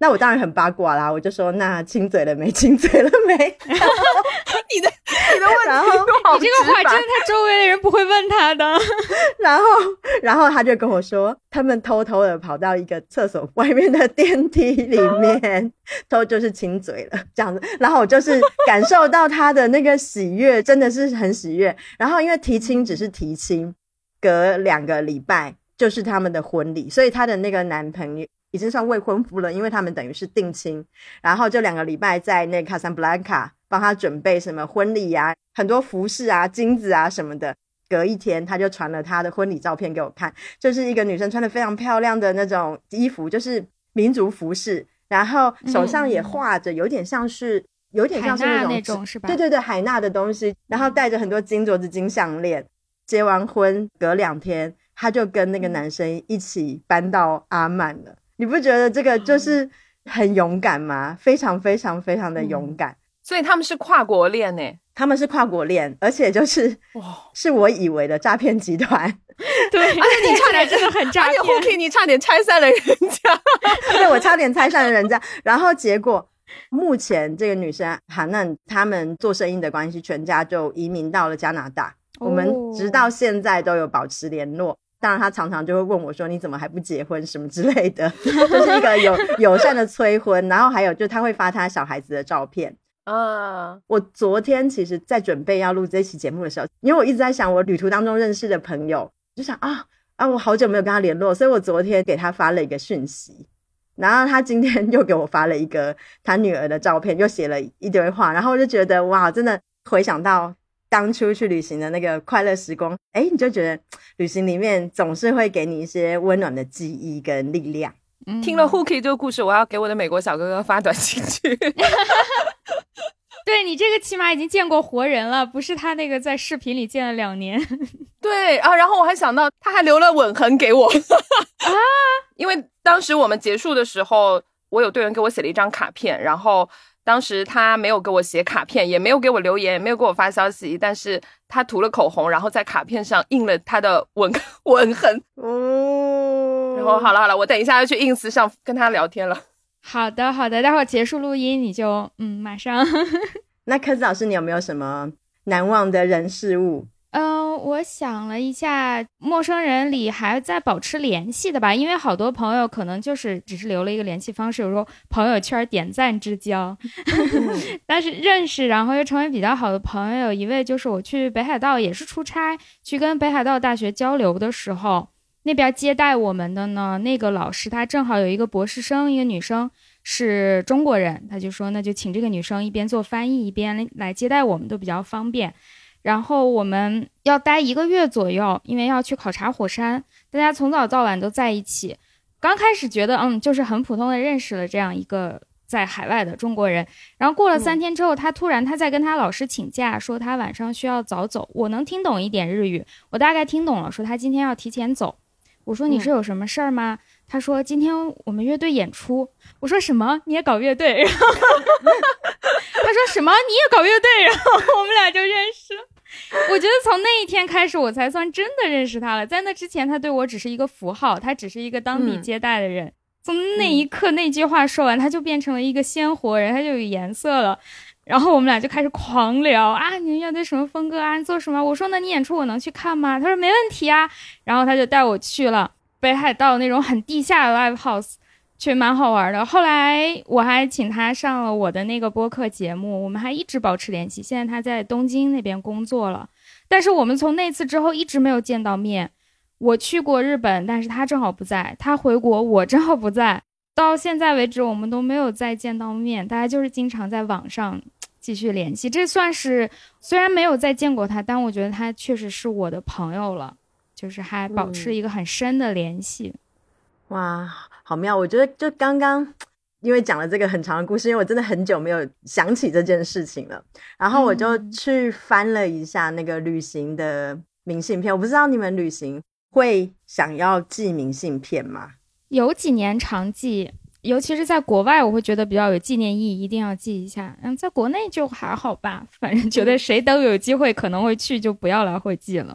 [SPEAKER 5] 那我当然很八卦啦，我就说那亲嘴了没？亲嘴了没？
[SPEAKER 6] 你的你的问题
[SPEAKER 5] 然后
[SPEAKER 6] 好
[SPEAKER 3] 你这个话
[SPEAKER 6] 直白
[SPEAKER 3] 真的，他周围的人不会问他的。
[SPEAKER 5] 然后，然后他就跟我说，他们偷偷的跑到一个厕所外面的电梯里面，偷就是亲嘴了这样子。然后我就是感受到他的那个喜悦，真的是很喜悦。然后因为提亲只是提亲，隔两个礼拜就是他们的婚礼，所以他的那个男朋友已经算未婚夫了，因为他们等于是定亲。然后就两个礼拜在那个卡萨布兰卡帮他准备什么婚礼啊，很多服饰啊、金子啊什么的。隔一天他就传了他的婚礼照片给我看，就是一个女生穿得非常漂亮的那种衣服，就是民族服饰，然后手上也画着有点像是、嗯、有点像是那种
[SPEAKER 3] 海纳那种是吧？
[SPEAKER 5] 对对对，海纳的东西，然后戴着很多金镯子金项链。结完婚隔两天他就跟那个男生一起搬到阿曼了。你不觉得这个就是很勇敢吗？非常非常非常的勇敢、嗯、
[SPEAKER 6] 所以他们是跨国恋耶。
[SPEAKER 5] 他们是跨国恋，而且就是是我以为的诈骗集团。
[SPEAKER 3] 对，而且
[SPEAKER 6] 你差点
[SPEAKER 3] 真的很诈骗，
[SPEAKER 6] 而且 Hooky 你差点拆散了人家。
[SPEAKER 5] 对，我差点拆散了人家。然后结果目前这个女生韩娜他们做生意的关系，全家就移民到了加拿大、哦、我们直到现在都有保持联络。当然他常常就会问我说你怎么还不结婚什么之类的，就是一个有友善的催婚。然后还有就他会发他小孩子的照片
[SPEAKER 6] 啊，
[SPEAKER 5] 我昨天其实在准备要录这期节目的时候，因为我一直在想我旅途当中认识的朋友，就想啊啊，我好久没有跟他联络，所以我昨天给他发了一个讯息，然后他今天又给我发了一个他女儿的照片，又写了一堆话，然后我就觉得哇，真的回想到当初去旅行的那个快乐时光，诶，你就觉得旅行里面总是会给你一些温暖的记忆跟力量。
[SPEAKER 6] 嗯、听了 Hooky 这个故事，我要给我的美国小哥哥发短信去。
[SPEAKER 3] 对，你这个起码已经见过活人了，不是他那个在视频里见了两年。
[SPEAKER 6] 对啊，然后我还想到他还留了吻痕给我啊，因为当时我们结束的时候，我有队员给我写了一张卡片，然后当时他没有给我写卡片，也没有给我留言，也没有给我发消息，但是他涂了口红，然后在卡片上印了他的吻吻痕。哦，然后好了好了，我等一下要去 ins 上跟他聊天了。
[SPEAKER 3] 好的好的，待会儿结束录音你就嗯马上。
[SPEAKER 5] 那柯子老师，你有没有什么难忘的人事物？
[SPEAKER 3] 嗯、呃，我想了一下，陌生人里还在保持联系的吧，因为好多朋友可能就是只是留了一个联系方式，有时候朋友圈点赞之交。但是认识然后又成为比较好的朋友，一位就是我去北海道也是出差去跟北海道大学交流的时候，那边接待我们的呢，那个老师他正好有一个博士生，一个女生是中国人，他就说那就请这个女生一边做翻译一边来接待我们都比较方便。然后我们要待一个月左右，因为要去考察火山，大家从早到晚都在一起。刚开始觉得嗯，就是很普通的认识了这样一个在海外的中国人，然后过了三天之后，他突然他在跟他老师请假，说他晚上需要早走。我能听懂一点日语，我大概听懂了，说他今天要提前走。我说你是有什么事儿吗？嗯、他说今天我们乐队演出。我说什么？你也搞乐队？然后他说什么？你也搞乐队？然后我们俩就认识了。我觉得从那一天开始我才算真的认识他了，在那之前他对我只是一个符号，他只是一个当地接待的人、嗯、从那一刻那句话说完，他就变成了一个鲜活人，他就有颜色了。然后我们俩就开始狂聊啊，你乐队什么风格啊，你做什么？我说那你演出我能去看吗？他说没问题啊。然后他就带我去了北海道那种很地下的 live house， 去蛮好玩的。后来我还请他上了我的那个播客节目，我们还一直保持联系。现在他在东京那边工作了，但是我们从那次之后一直没有见到面。我去过日本，但是他正好不在，他回国我正好不在，到现在为止我们都没有再见到面，大家就是经常在网上继续联系。这算是虽然没有再见过他，但我觉得他确实是我的朋友了，就是还保持一个很深的联系、嗯、
[SPEAKER 5] 哇好妙。我觉得就刚刚因为讲了这个很长的故事，因为我真的很久没有想起这件事情了，然后我就去翻了一下那个旅行的明信片。我不知道你们旅行会想要寄明信片吗？
[SPEAKER 3] 有几年常寄，尤其是在国外我会觉得比较有纪念意义，一定要记一下。嗯，在国内就还好吧，反正觉得谁都有机会可能会去，就不要来会寄了。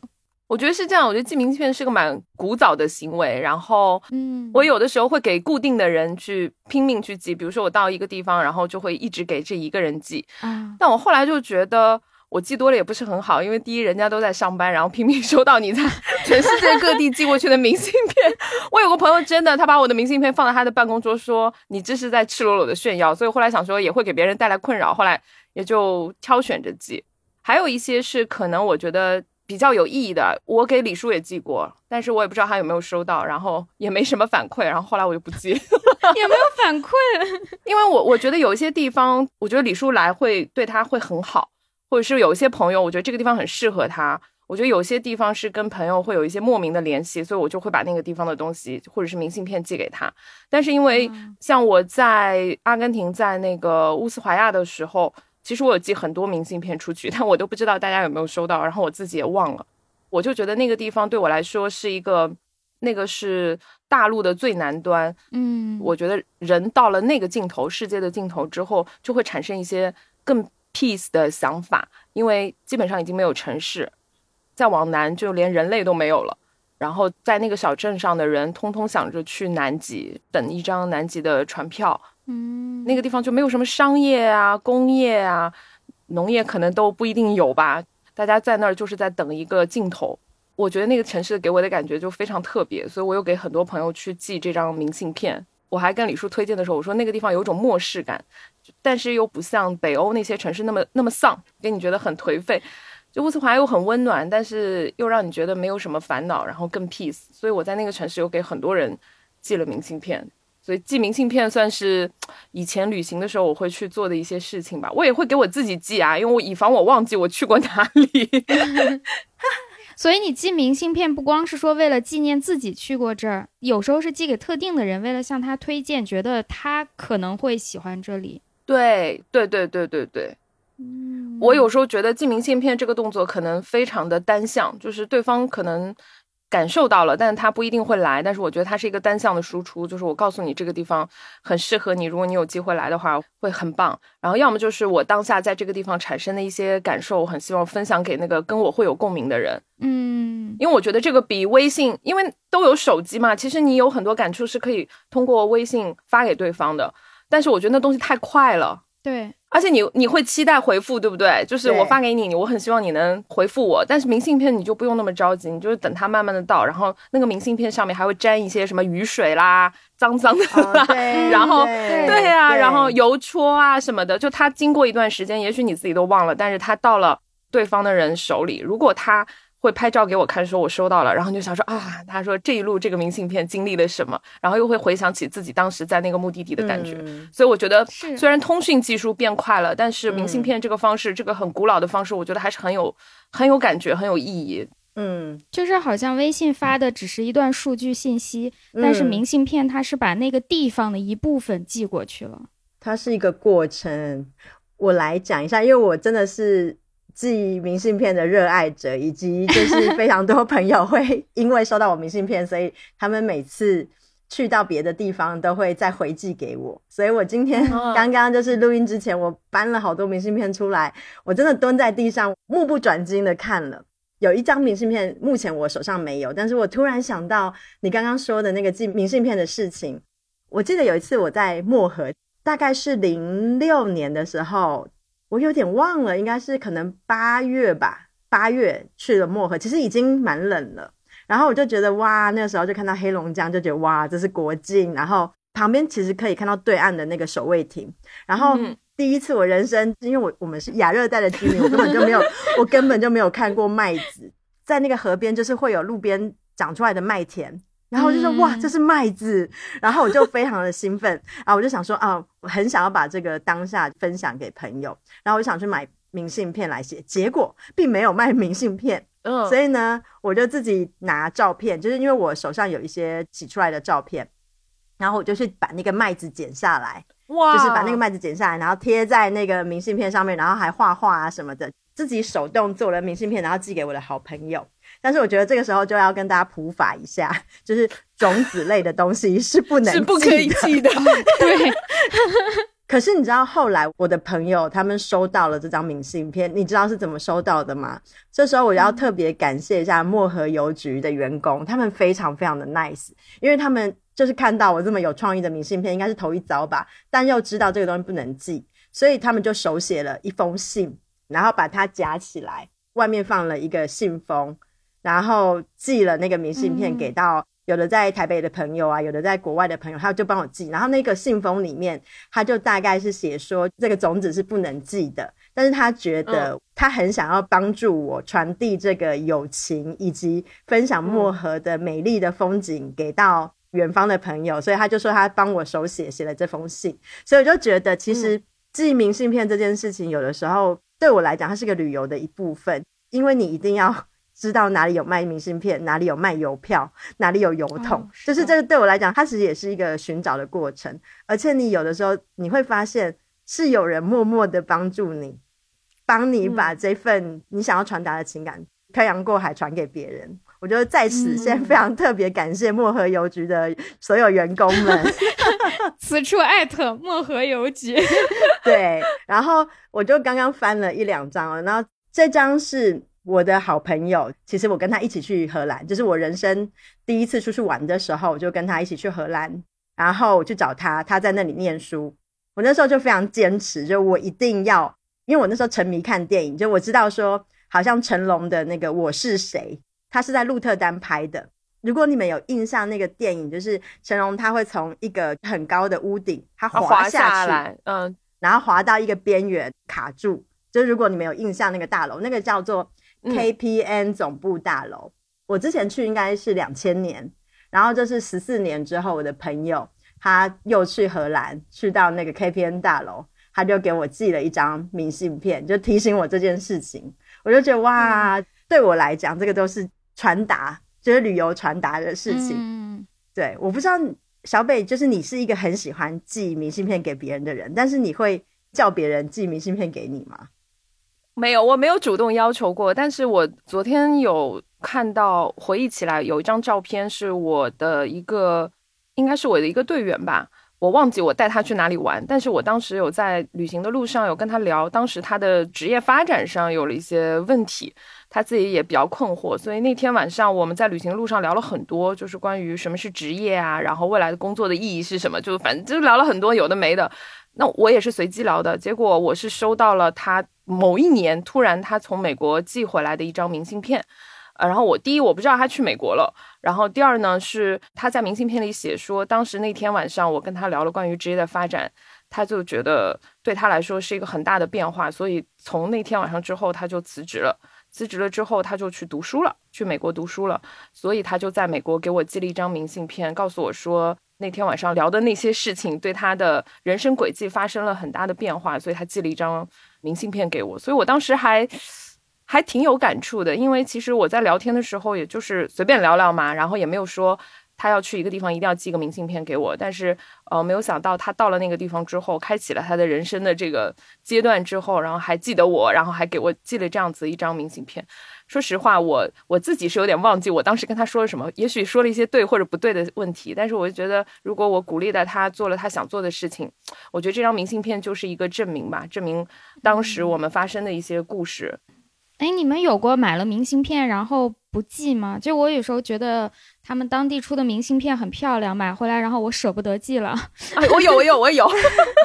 [SPEAKER 6] 我觉得是这样，我觉得寄明信片是个蛮古早的行为，然后嗯，我有的时候会给固定的人去拼命去寄，比如说我到一个地方，然后就会一直给这一个人寄、嗯、但我后来就觉得我寄多了也不是很好，因为第一人家都在上班，然后拼命收到你在全世界各地寄过去的明信片我有个朋友真的他把我的明信片放在他的办公桌说你这是在赤裸裸的炫耀，所以后来想说也会给别人带来困扰，后来也就挑选着寄。还有一些是可能我觉得比较有意义的，我给李叔也寄过，但是我也不知道他有没有收到，然后也没什么反馈，然后后来我就不寄
[SPEAKER 3] 也没有反馈
[SPEAKER 6] 因为我我觉得有一些地方我觉得李叔来会对他会很好，或者是有一些朋友我觉得这个地方很适合他，我觉得有些地方是跟朋友会有一些莫名的联系，所以我就会把那个地方的东西或者是明信片寄给他。但是因为像我在阿根廷在那个乌斯怀亚的时候，其实我有寄很多明信片出去，但我都不知道大家有没有收到，然后我自己也忘了。我就觉得那个地方对我来说是一个，那个是大陆的最南端，嗯，我觉得人到了那个尽头，世界的尽头之后，就会产生一些更 peace 的想法，因为基本上已经没有城市，再往南就连人类都没有了。然后在那个小镇上的人通通想着去南极等一张南极的船票，嗯，那个地方就没有什么商业啊工业啊，农业可能都不一定有吧，大家在那儿就是在等一个尽头。我觉得那个城市给我的感觉就非常特别，所以我有给很多朋友去寄这张明信片。我还跟李叔推荐的时候我说那个地方有种末世感，但是又不像北欧那些城市那么那么丧，给你觉得很颓废，就乌斯怀又很温暖，但是又让你觉得没有什么烦恼，然后更 peace。 所以我在那个城市有给很多人寄了明信片，所以寄明信片算是以前旅行的时候我会去做的一些事情吧。我也会给我自己寄啊，因为我以防我忘记我去过哪里
[SPEAKER 3] 所以你寄明信片不光是说为了纪念自己去过这儿，有时候是寄给特定的人，为了向他推荐觉得他可能会喜欢这里。
[SPEAKER 6] 对对对对对对，嗯，我有时候觉得寄明信片这个动作可能非常的单向，就是对方可能感受到了，但是他不一定会来，但是我觉得它是一个单向的输出，就是我告诉你这个地方很适合你，如果你有机会来的话会很棒。然后要么就是我当下在这个地方产生的一些感受，我很希望分享给那个跟我会有共鸣的人。嗯，因为我觉得这个比微信，因为都有手机嘛，其实你有很多感触是可以通过微信发给对方的，但是我觉得那东西太快了。
[SPEAKER 3] 对，
[SPEAKER 6] 而且你你会期待回复，对不对？就是我发给你，我很希望你能回复我。但是明信片你就不用那么着急，你就是等它慢慢的到，然后那个明信片上面还会沾一些什么雨水啦、脏脏的啦，哦、然后对对啊，然后邮戳啊什么的，就它经过一段时间，也许你自己都忘了，但是它到了对方的人手里，如果他会拍照给我看说我收到了，然后你就想说啊，他说这一路这个明信片经历了什么，然后又会回想起自己当时在那个目的地的感觉、嗯、所以我觉得虽然通讯技术变快了，但是明信片这个方式、嗯、这个很古老的方式我觉得还是很有很有感觉很有意义。
[SPEAKER 3] 嗯，就是好像微信发的只是一段数据信息、嗯、但是明信片它是把那个地方的一部分寄过去了，
[SPEAKER 5] 它是一个过程。我来讲一下，因为我真的是寄明信片的热爱者，以及就是非常多朋友会因为收到我明信片，所以他们每次去到别的地方都会再回寄给我。所以我今天刚刚就是录音之前，我搬了好多明信片出来，我真的蹲在地上目不转睛的看了。有一张明信片目前我手上没有，但是我突然想到你刚刚说的那个寄明信片的事情。我记得有一次我在漠河，大概是零六年的时候，我有点忘了，应该是可能八月吧，八月去了漠河，其实已经蛮冷了。然后我就觉得哇，那个时候就看到黑龙江，就觉得哇，这是国境。然后旁边其实可以看到对岸的那个守卫亭。然后第一次我人生，因为我我们是亚热带的居民，我根本就没有，我根本就没有看过麦子，在那个河边就是会有路边长出来的麦田。然后我就说、嗯、哇，这是麦子，然后我就非常的兴奋然后我就想说啊，我很想要把这个当下分享给朋友，然后我就想去买明信片来写，结果并没有卖明信片、嗯、所以呢我就自己拿照片，就是因为我手上有一些洗出来的照片，然后我就去把那个麦子剪下来，哇，就是把那个麦子剪下来，然后贴在那个明信片上面，然后还画画啊什么的，自己手动做了明信片，然后寄给我的好朋友。但是我觉得这个时候就要跟大家普法一下，就是种子类的东西是不能寄的，
[SPEAKER 6] 是不可以寄的
[SPEAKER 3] 对
[SPEAKER 5] 可是你知道后来我的朋友他们收到了这张明信片，你知道是怎么收到的吗？这时候我要特别感谢一下漠河邮局的员工，他们非常非常的 nice， 因为他们就是看到我这么有创意的明信片，应该是头一遭吧，但又知道这个东西不能寄，所以他们就手写了一封信，然后把它夹起来，外面放了一个信封，然后寄了那个明信片给到有的在台北的朋友啊，有的在国外的朋友，他就帮我寄。然后那个信封里面他就大概是写说这个种子是不能寄的，但是他觉得他很想要帮助我传递这个友情以及分享漠河的美丽的风景给到远方的朋友，所以他就说他帮我手写写了这封信。所以我就觉得其实寄明信片这件事情有的时候对我来讲它是个旅游的一部分，因为你一定要知道哪里有卖明信片，哪里有卖邮票，哪里有邮筒、哦、是就是这个对我来讲它其实也是一个寻找的过程，而且你有的时候你会发现是有人默默的帮助你，帮你把这份你想要传达的情感漂洋过海传给别人。我觉得在此先非常特别感谢漠河邮局的所有员工们
[SPEAKER 3] 此处艾特漠河邮局
[SPEAKER 5] 对，然后我就刚刚翻了一两张了，然后这张是我的好朋友，其实我跟他一起去荷兰，就是我人生第一次出去玩的时候，我就跟他一起去荷兰，然后我去找他，他在那里念书。我那时候就非常坚持，就我一定要，因为我那时候沉迷看电影，就我知道说好像成龙的那个我是谁，他是在鹿特丹拍的。如果你们有印象那个电影，就是成龙他会从一个很高的屋顶他滑下去，
[SPEAKER 6] 滑下来，嗯，
[SPEAKER 5] 然后滑到一个边缘卡住，就如果你们有印象那个大楼，那个叫做 K P N 总部大楼、嗯、我之前去应该是两千年，然后就是十四年之后我的朋友他又去荷兰去到那个 K P N 大楼，他就给我寄了一张明信片，就提醒我这件事情。我就觉得哇、嗯、对我来讲这个都是传达，就是旅游传达的事情、嗯、对。我不知道小北就是你是一个很喜欢寄明信片给别人的人，但是你会叫别人寄明信片给你吗？
[SPEAKER 6] 没有，我没有主动要求过，但是我昨天有看到，回忆起来有一张照片是我的一个，应该是我的一个队员吧，我忘记我带他去哪里玩，但是我当时有在旅行的路上有跟他聊，当时他的职业发展上有了一些问题，他自己也比较困惑，所以那天晚上我们在旅行路上聊了很多，就是关于什么是职业啊，然后未来的工作的意义是什么，就反正就聊了很多有的没的。那我也是随机聊的，结果我是收到了他某一年突然他从美国寄回来的一张明信片，呃，然后我第一我不知道他去美国了，然后第二呢是他在明信片里写说，当时那天晚上我跟他聊了关于职业的发展，他就觉得对他来说是一个很大的变化，所以从那天晚上之后他就辞职了，辞职了之后他就去读书了，去美国读书了，所以他就在美国给我寄了一张明信片，告诉我说那天晚上聊的那些事情对他的人生轨迹发生了很大的变化，所以他寄了一张明信片给我，所以我当时还还挺有感触的，因为其实我在聊天的时候也就是随便聊聊嘛，然后也没有说他要去一个地方一定要寄个明信片给我，但是呃，没有想到他到了那个地方之后，开启了他的人生的这个阶段之后，然后还记得我，然后还给我寄了这样子一张明信片。说实话，我我自己是有点忘记我当时跟他说了什么，也许说了一些对或者不对的问题，但是我就觉得如果我鼓励了他做了他想做的事情，我觉得这张明信片就是一个证明吧，证明当时我们发生的一些故事。
[SPEAKER 3] 哎，你们有过买了明信片然后不寄吗？就我有时候觉得他们当地出的明信片很漂亮，买回来然后我舍不得寄了。
[SPEAKER 6] 哎，我有我有我有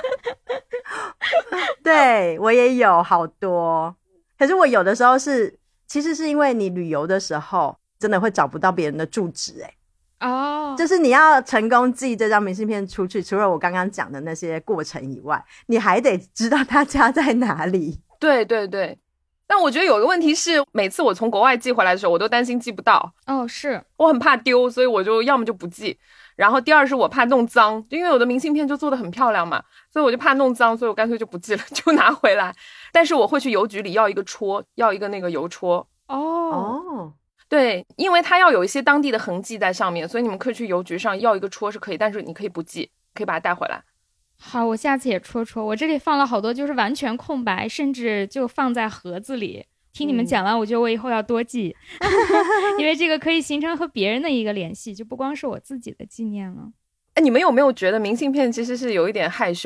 [SPEAKER 5] 对，我也有好多，可是我有的时候是其实是因为你旅游的时候真的会找不到别人的住址，哎、欸，哦、oh. 就是你要成功寄这张明信片出去，除了我刚刚讲的那些过程以外，你还得知道他家在哪里。
[SPEAKER 6] 对对对，但我觉得有个问题是，每次我从国外寄回来的时候，我都担心寄不到。
[SPEAKER 3] 哦、oh, 是
[SPEAKER 6] 我很怕丢，所以我就要么就不寄，然后第二是我怕弄脏，因为我的明信片就做得很漂亮嘛，所以我就怕弄脏，所以我干脆就不寄了，就拿回来。但是我会去邮局里要一个戳，要一个那个邮戳。
[SPEAKER 3] 哦哦，
[SPEAKER 6] 对，因为它要有一些当地的痕迹在上面，所以你们可以去邮局上要一个戳是可以，但是你可以不寄，可以把它带回来。
[SPEAKER 3] 好，我下次也戳戳。我这里放了好多就是完全空白，甚至就放在盒子里。听你们讲完、嗯、我觉得我以后要多记因为这个可以形成和别人的一个联系，就不光是我自己的纪念了。
[SPEAKER 6] 哎，你们有没有觉得明信片其实是有一点害羞啊？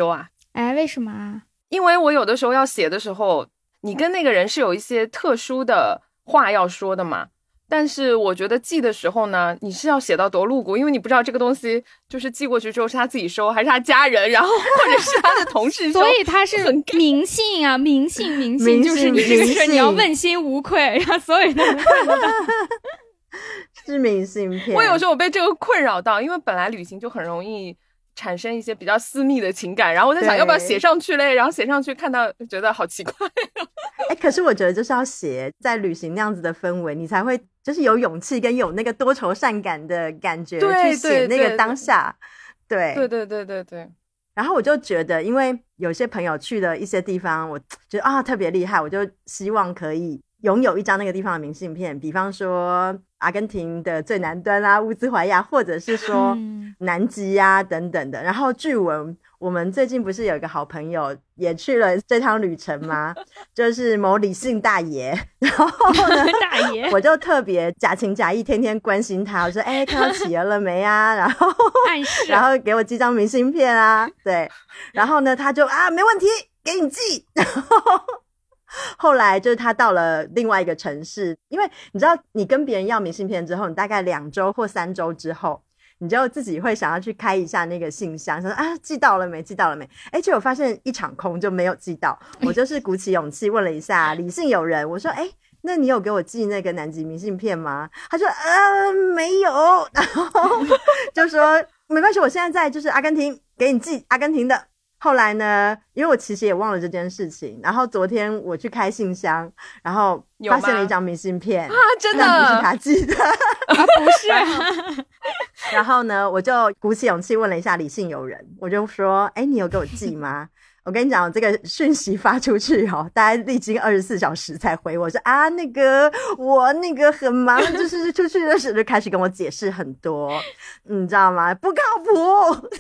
[SPEAKER 3] 哎，为什么啊？
[SPEAKER 6] 因为我有的时候要写的时候，你跟那个人是有一些特殊的话要说的嘛。但是我觉得寄的时候呢，你是要写到多露骨，因为你不知道这个东西就是寄过去之后是他自己收还是他家人，然后或者是他的同事收，
[SPEAKER 3] 所以他是明信啊，明信明信，就是你这个事你要问心无愧，让所有人都能看得到。
[SPEAKER 5] 是明信片。
[SPEAKER 6] 我有时候我被这个困扰到，因为本来旅行就很容易产生一些比较私密的情感，然后我在想要不要写上去嘞，然后写上去看到觉得好奇怪。
[SPEAKER 5] 哎、欸，可是我觉得就是要写在旅行那样子的氛围，你才会就是有勇气跟有那个多愁善感的感觉去写那个当下。对
[SPEAKER 6] 对对对对对。
[SPEAKER 5] 然后我就觉得，因为有些朋友去了一些地方，我觉得啊特别厉害，我就希望可以拥有一张那个地方的明信片，比方说阿根廷的最南端啊，乌兹怀亚，或者是说南极啊等等的。然后据闻我们最近不是有一个好朋友也去了这趟旅程吗？就是某李姓大爷，然后呢
[SPEAKER 3] 大爷
[SPEAKER 5] 我就特别假情假意天天关心他，我说哎、欸、看到企鹅了没啊，然后
[SPEAKER 3] 暗示
[SPEAKER 5] 然后给我寄张明信片啊，对，然后呢他就啊没问题给你寄，然后后来就是他到了另外一个城市，因为你知道你跟别人要明信片之后，你大概两周或三周之后你就自己会想要去开一下那个信箱，说啊寄到了没寄到了没，哎，结果发现一场空，就没有寄到。我就是鼓起勇气问了一下李姓友人，我说哎那你有给我寄那个南极明信片吗？他说呃没有，然后就说没关系，我现在在就是阿根廷给你寄阿根廷的。后来呢，因为我其实也忘了这件事情，然后昨天我去开信箱，然后发现了一张明信片
[SPEAKER 6] 啊，真的
[SPEAKER 5] 那不是他寄的
[SPEAKER 3] 啊，不是
[SPEAKER 5] 啊。然后呢我就鼓起勇气问了一下李姓友人，我就说哎，你有给我寄吗？我跟你讲这个讯息发出去哦，大概历经二十四小时才回我说啊那个我那个很忙，就是出去的时候就开始跟我解释很多，你知道吗？不靠谱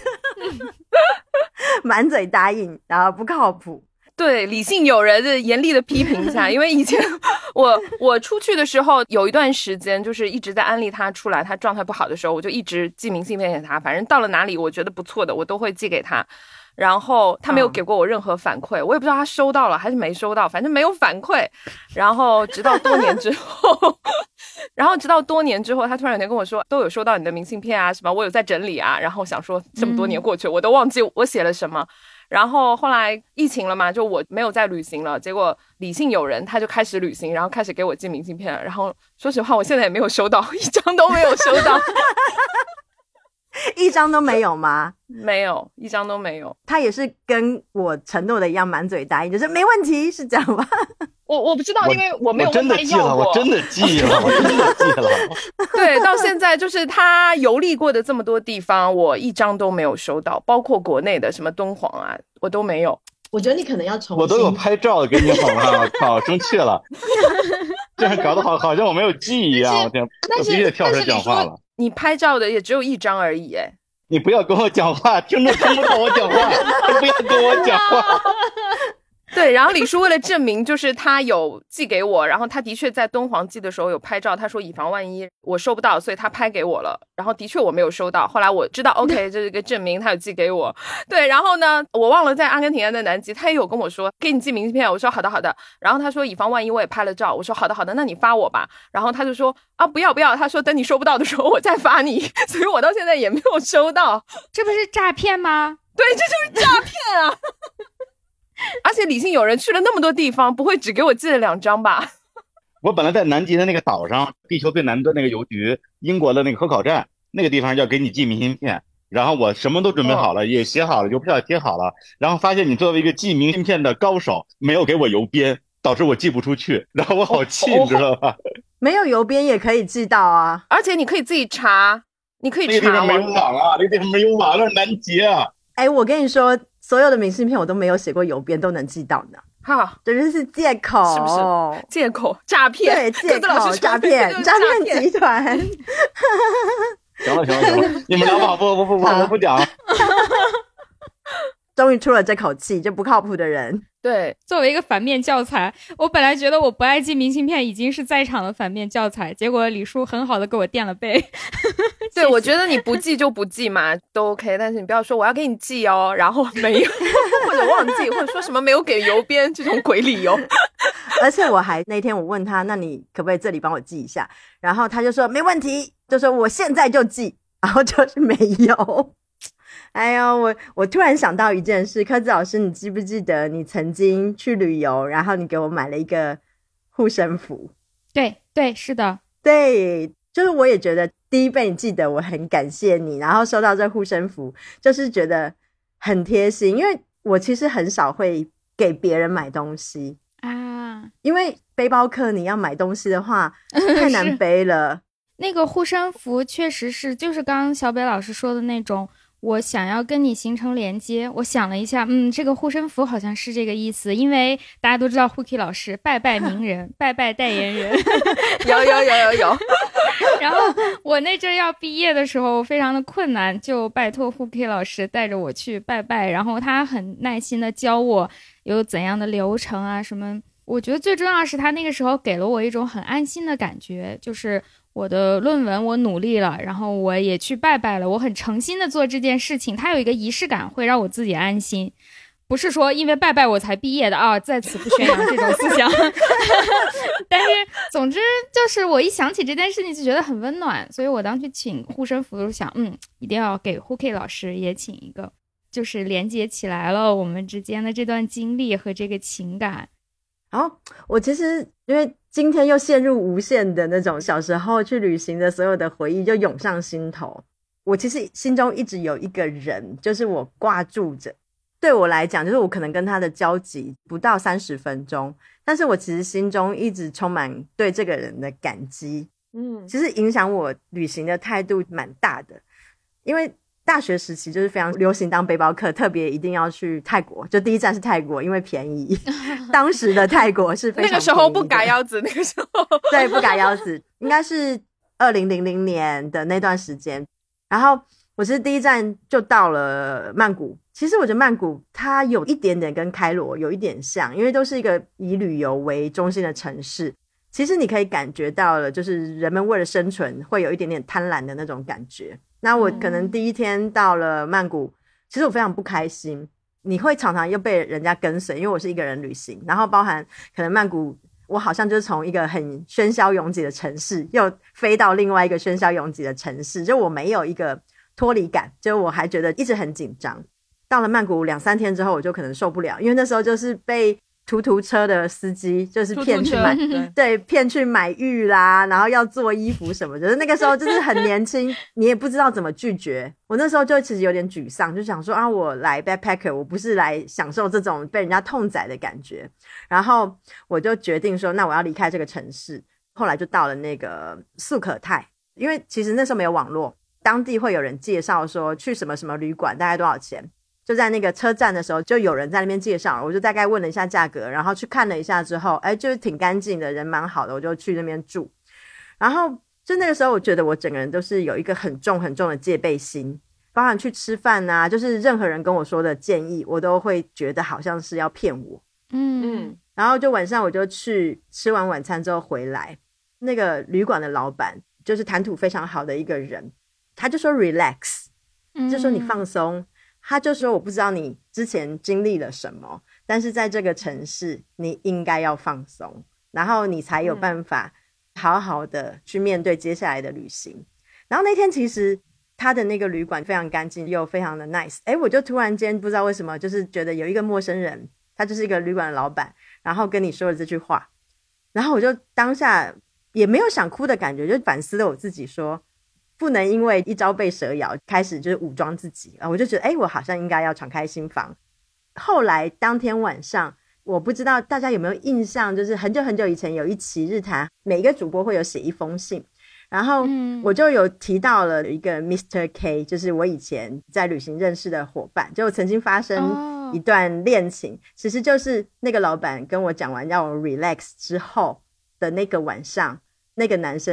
[SPEAKER 5] 满嘴答应然后不靠谱。
[SPEAKER 6] 对，理性友人的严厉的批评一下，因为以前我我出去的时候有一段时间就是一直在安利他出来，他状态不好的时候我就一直寄明信片给他，反正到了哪里我觉得不错的我都会寄给他，然后他没有给过我任何反馈、嗯、我也不知道他收到了还是没收到，反正没有反馈。然后直到多年之后然后直到多年之后他突然有天跟我说都有收到你的明信片啊什么，我有在整理啊，然后想说这么多年过去、嗯、我都忘记我写了什么。然后后来疫情了嘛，就我没有再旅行了，结果理性友人他就开始旅行，然后开始给我寄明信片，然后说实话我现在也没有收到，一张都没有收到
[SPEAKER 5] 一张都没有吗？
[SPEAKER 6] 没有，一张都没有。
[SPEAKER 5] 他也是跟我承诺的一样满嘴答应，就是没问题，是这样吧？
[SPEAKER 6] 我我不知道，因为我没有问他要过。
[SPEAKER 7] 我真的记了，我真的记了。
[SPEAKER 6] 对，到现在就是他游历过的这么多地方，我一张都没有收到，包括国内的什么敦煌啊，我都没有。
[SPEAKER 8] 我觉得你可能要重新。
[SPEAKER 7] 我都有拍照给你好吗？我靠，生气了。这样搞得好好像我没有记一样，我天，我必须得跳出来讲话了。
[SPEAKER 6] 你拍照的也只有一张而已，哎。
[SPEAKER 7] 你不要跟我讲话，听着听不到我讲话，你不要跟我讲话。
[SPEAKER 6] 对，然后李叔为了证明就是他有寄给我，然后他的确在敦煌寄的时候有拍照，他说以防万一我收不到，所以他拍给我了，然后的确我没有收到，后来我知道 OK 这是一个证明他有寄给我。对，然后呢我忘了在阿根廷的南极他也有跟我说给你寄明信片，我说好的好的，然后他说以防万一我也拍了照，我说好的好的，那你发我吧，然后他就说啊不要不要，他说等你收不到的时候我再发你，所以我到现在也没有收到。
[SPEAKER 3] 这不是诈骗吗？
[SPEAKER 6] 对，这就是诈骗啊而且理性友人去了那么多地方，不会只给我寄了两张吧？
[SPEAKER 7] 我本来在南极的那个岛上，地球最南端那个邮局，英国的那个科考站那个地方要给你寄明信片，然后我什么都准备好了、哦、也写好了，邮票也贴好了，然后发现你作为一个寄明信片的高手没有给我邮编，导致我寄不出去，然后我好气、哦、你知道吧？
[SPEAKER 5] 没有邮编也可以寄到啊，
[SPEAKER 6] 而且你可以自己查，你可以查。
[SPEAKER 7] 那个地方没有网啊，那个地方没有网，那是南极啊。
[SPEAKER 5] 哎，我跟你说所有的明信片我都没有写过邮编都能寄到的，
[SPEAKER 6] 哈，
[SPEAKER 5] 这就是借口，
[SPEAKER 6] 是不是？借口诈骗，
[SPEAKER 5] 对，借口诈骗，诈骗集团。
[SPEAKER 7] 行了行了行了，你们聊吧，不不不，我不讲了。
[SPEAKER 5] 终于出了这口气，这不靠谱的人。
[SPEAKER 6] 对对，
[SPEAKER 3] 作为一个反面教材，我本来觉得我不爱寄明信片已经是在场的反面教材，结果李叔很好的给我垫了背。
[SPEAKER 6] 对，我觉得你不寄就不寄嘛，都 OK， 但是你不要说我要给你寄哦，然后没有或者忘记，或者说什么没有给邮编这种鬼理由。
[SPEAKER 5] 而且我还那天我问他，那你可不可以这里帮我寄一下？然后他就说没问题，就说我现在就寄，然后就是没有。哎呦，我我突然想到一件事，柯子老师，你记不记得你曾经去旅游，然后你给我买了一个护身符？
[SPEAKER 3] 对对，是的，
[SPEAKER 5] 对，就是我也觉得第一被你记得，我很感谢你，然后收到这护身符，就是觉得很贴心，因为我其实很少会给别人买东西
[SPEAKER 3] 啊，
[SPEAKER 5] 因为背包客你要买东西的话太难背了。
[SPEAKER 3] 那个护身符确实是，就是刚刚小北老师说的那种。我想要跟你形成连接，我想了一下，嗯，这个护身符好像是这个意思，因为大家都知道 Hooky 老师拜拜名人拜拜代言人
[SPEAKER 6] 有有有有有
[SPEAKER 3] 然后我那阵要毕业的时候非常的困难，就拜托 Hooky 老师带着我去拜拜，然后他很耐心的教我有怎样的流程啊什么。我觉得最重要的是他那个时候给了我一种很安心的感觉，就是我的论文我努力了，然后我也去拜拜了，我很诚心的做这件事情，它有一个仪式感，会让我自己安心，不是说因为拜拜我才毕业的啊，在此不宣扬这种思想但是总之就是我一想起这件事情就觉得很温暖，所以我当时请护身符的时候想，嗯，一定要给 Hooky 老师也请一个，就是连接起来了我们之间的这段经历和这个情感。
[SPEAKER 5] 然后我其实因为今天又陷入无限的那种小时候去旅行的所有的回忆就涌上心头，我其实心中一直有一个人，就是我挂住着，对我来讲就是我可能跟他的交集不到三十分钟，但是我其实心中一直充满对这个人的感激。嗯，其实影响我旅行的态度蛮大的，因为大学时期就是非常流行当背包客，特别一定要去泰国，就第一站是泰国，因为便宜当时的泰国是非常便宜的，
[SPEAKER 6] 那个时候不改腰子，那个时候
[SPEAKER 5] 对，不改腰子，应该是二零零零年的那段时间。然后我其实第一站就到了曼谷，其实我觉得曼谷它有一点点跟开罗有一点像，因为都是一个以旅游为中心的城市，其实你可以感觉到了，就是人们为了生存会有一点点贪婪的那种感觉。那我可能第一天到了曼谷，其实我非常不开心，你会常常又被人家跟随，因为我是一个人旅行，然后包含可能曼谷我好像就是从一个很喧嚣拥挤的城市又飞到另外一个喧嚣拥挤的城市，就我没有一个脱离感，就我还觉得一直很紧张。到了曼谷两三天之后我就可能受不了，因为那时候就是被突突车的司机就是骗去买，对，骗去买玉啦，然后要做衣服什么的，那个时候就是很年轻你也不知道怎么拒绝。我那时候就其实有点沮丧，就想说啊，我来 backpacker 我不是来享受这种被人家痛宰的感觉，然后我就决定说那我要离开这个城市。后来就到了那个素可泰，因为其实那时候没有网络，当地会有人介绍说去什么什么旅馆大概多少钱，就在那个车站的时候就有人在那边介绍，我就大概问了一下价格，然后去看了一下之后，哎，就是挺干净的，人蛮好的，我就去那边住。然后就那个时候我觉得我整个人都是有一个很重很重的戒备心，包含去吃饭啊，就是任何人跟我说的建议我都会觉得好像是要骗我。嗯，然后就晚上我就去吃完晚餐之后回来，那个旅馆的老板就是谈吐非常好的一个人，他就说 relax， 就说你放松，他就说我不知道你之前经历了什么，但是在这个城市你应该要放松，然后你才有办法好好的去面对接下来的旅行。然后那天其实他的那个旅馆非常干净又非常的 nice， 诶，我就突然间不知道为什么就是觉得有一个陌生人，他就是一个旅馆的老板，然后跟你说了这句话，然后我就当下也没有想哭的感觉，就反思了我自己说不能因为一朝被蛇咬开始就是武装自己，我就觉得诶，我好像应该要敞开心房。后来当天晚上我不知道大家有没有印象，就是很久很久以前有一期日谈每一个主播会有写一封信，然后我就有提到了一个 mister K， 就是我以前在旅行认识的伙伴，就曾经发生一段恋情、哦、其实就是那个老板跟我讲完让我 relax 之后的那个晚上，那个男生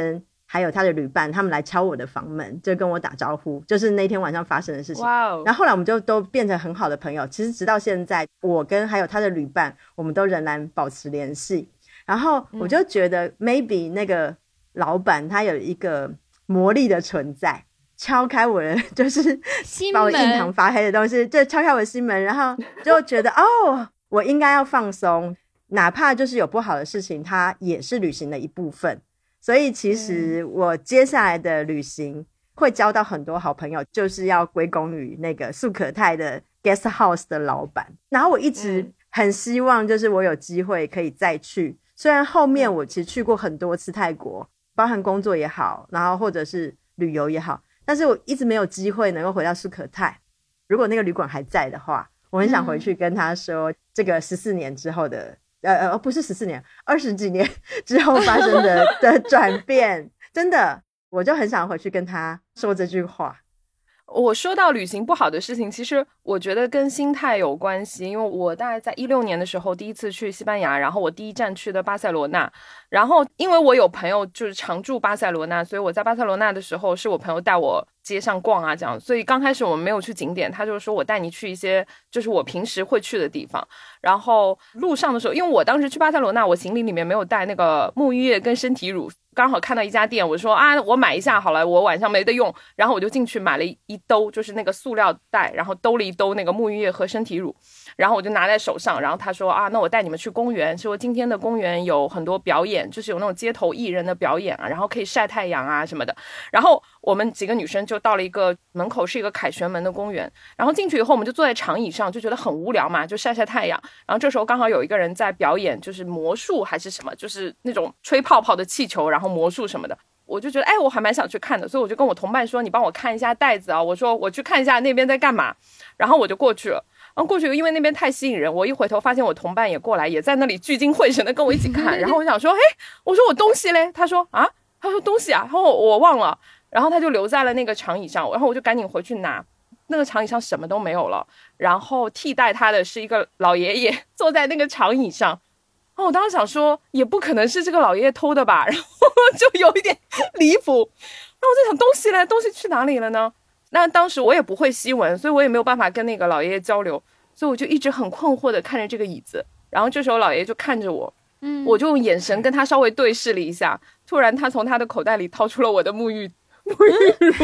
[SPEAKER 5] 还有他的旅伴，他们来敲我的房门，就跟我打招呼，就是那天晚上发生的事情。
[SPEAKER 6] 哇哦！
[SPEAKER 5] 然后后来我们就都变成很好的朋友，其实直到现在，我跟还有他的旅伴，我们都仍然保持联系。然后我就觉得 maybe 那个老板他有一个魔力的存在，敲开我的就是把我印堂发黑的东西，就敲开我的心门，然后就觉得哦，我应该要放松，哪怕就是有不好的事情，它也是旅行的一部分。所以其实我接下来的旅行会交到很多好朋友，就是要归功于那个素可泰的 guest house 的老板。然后我一直很希望就是我有机会可以再去，虽然后面我其实去过很多次泰国，包含工作也好，然后或者是旅游也好，但是我一直没有机会能够回到素可泰。如果那个旅馆还在的话，我很想回去跟他说这个十四年之后的呃呃，不是十四年，二十几年之后发生的的转变，真的，我就很想回去跟他说这句话。
[SPEAKER 6] 我说到旅行不好的事情，其实我觉得跟心态有关系，因为我大概在一六年的时候第一次去西班牙，然后我第一站去的巴塞罗那，然后因为我有朋友就是常住巴塞罗那，所以我在巴塞罗那的时候是我朋友带我街上逛啊这样，所以刚开始我们没有去景点，他就说我带你去一些就是我平时会去的地方。然后路上的时候，因为我当时去巴塞罗那，我行李里面没有带那个沐浴液跟身体乳，刚好看到一家店，我说啊我买一下好了，我晚上没得用，然后我就进去买了一兜就是那个塑料袋，然后兜了一兜那个沐浴液和身体乳，然后我就拿在手上，然后他说啊那我带你们去公园，说今天的公园有很多表演，就是有那种街头艺人的表演啊，然后可以晒太阳啊什么的。然后我们几个女生就到了一个门口是一个凯旋门的公园，然后进去以后我们就坐在长椅上，就觉得很无聊嘛，就晒晒太阳。然后这时候刚好有一个人在表演，就是魔术还是什么，就是那种吹泡泡的气球，然后魔术什么的。我就觉得哎我还蛮想去看的，所以我就跟我同伴说你帮我看一下袋子啊，我说我去看一下那边在干嘛，然后我就过去了。然后过去因为那边太吸引人，我一回头发现我同伴也过来，也在那里聚精会神的跟我一起看。然后我想说哎，我说我东西嘞，他说啊，他说东西啊，然后我忘了，然后他就留在了那个长椅上，然后我就赶紧回去拿，那个长椅上什么都没有了，然后替代他的是一个老爷爷坐在那个长椅上。然后我当时想说也不可能是这个老爷爷偷的吧，然后就有一点离谱。然后我在想东西嘞，东西去哪里了呢？那当时我也不会西文，所以我也没有办法跟那个老爷爷交流，所以我就一直很困惑的看着这个椅子。然后这时候老爷爷就看着我，嗯，我就用眼神跟他稍微对视了一下，突然他从他的口袋里掏出了我的沐浴沐浴乳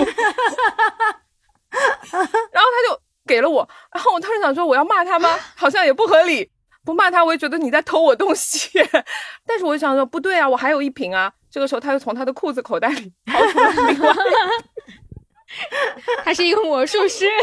[SPEAKER 6] 然后他就给了我，然后我当时想说我要骂他吗？好像也不合理，不骂他我也觉得你在偷我东西但是我就想说不对啊，我还有一瓶啊。这个时候他就从他的裤子口袋里掏出了另外
[SPEAKER 3] 他是一个魔术师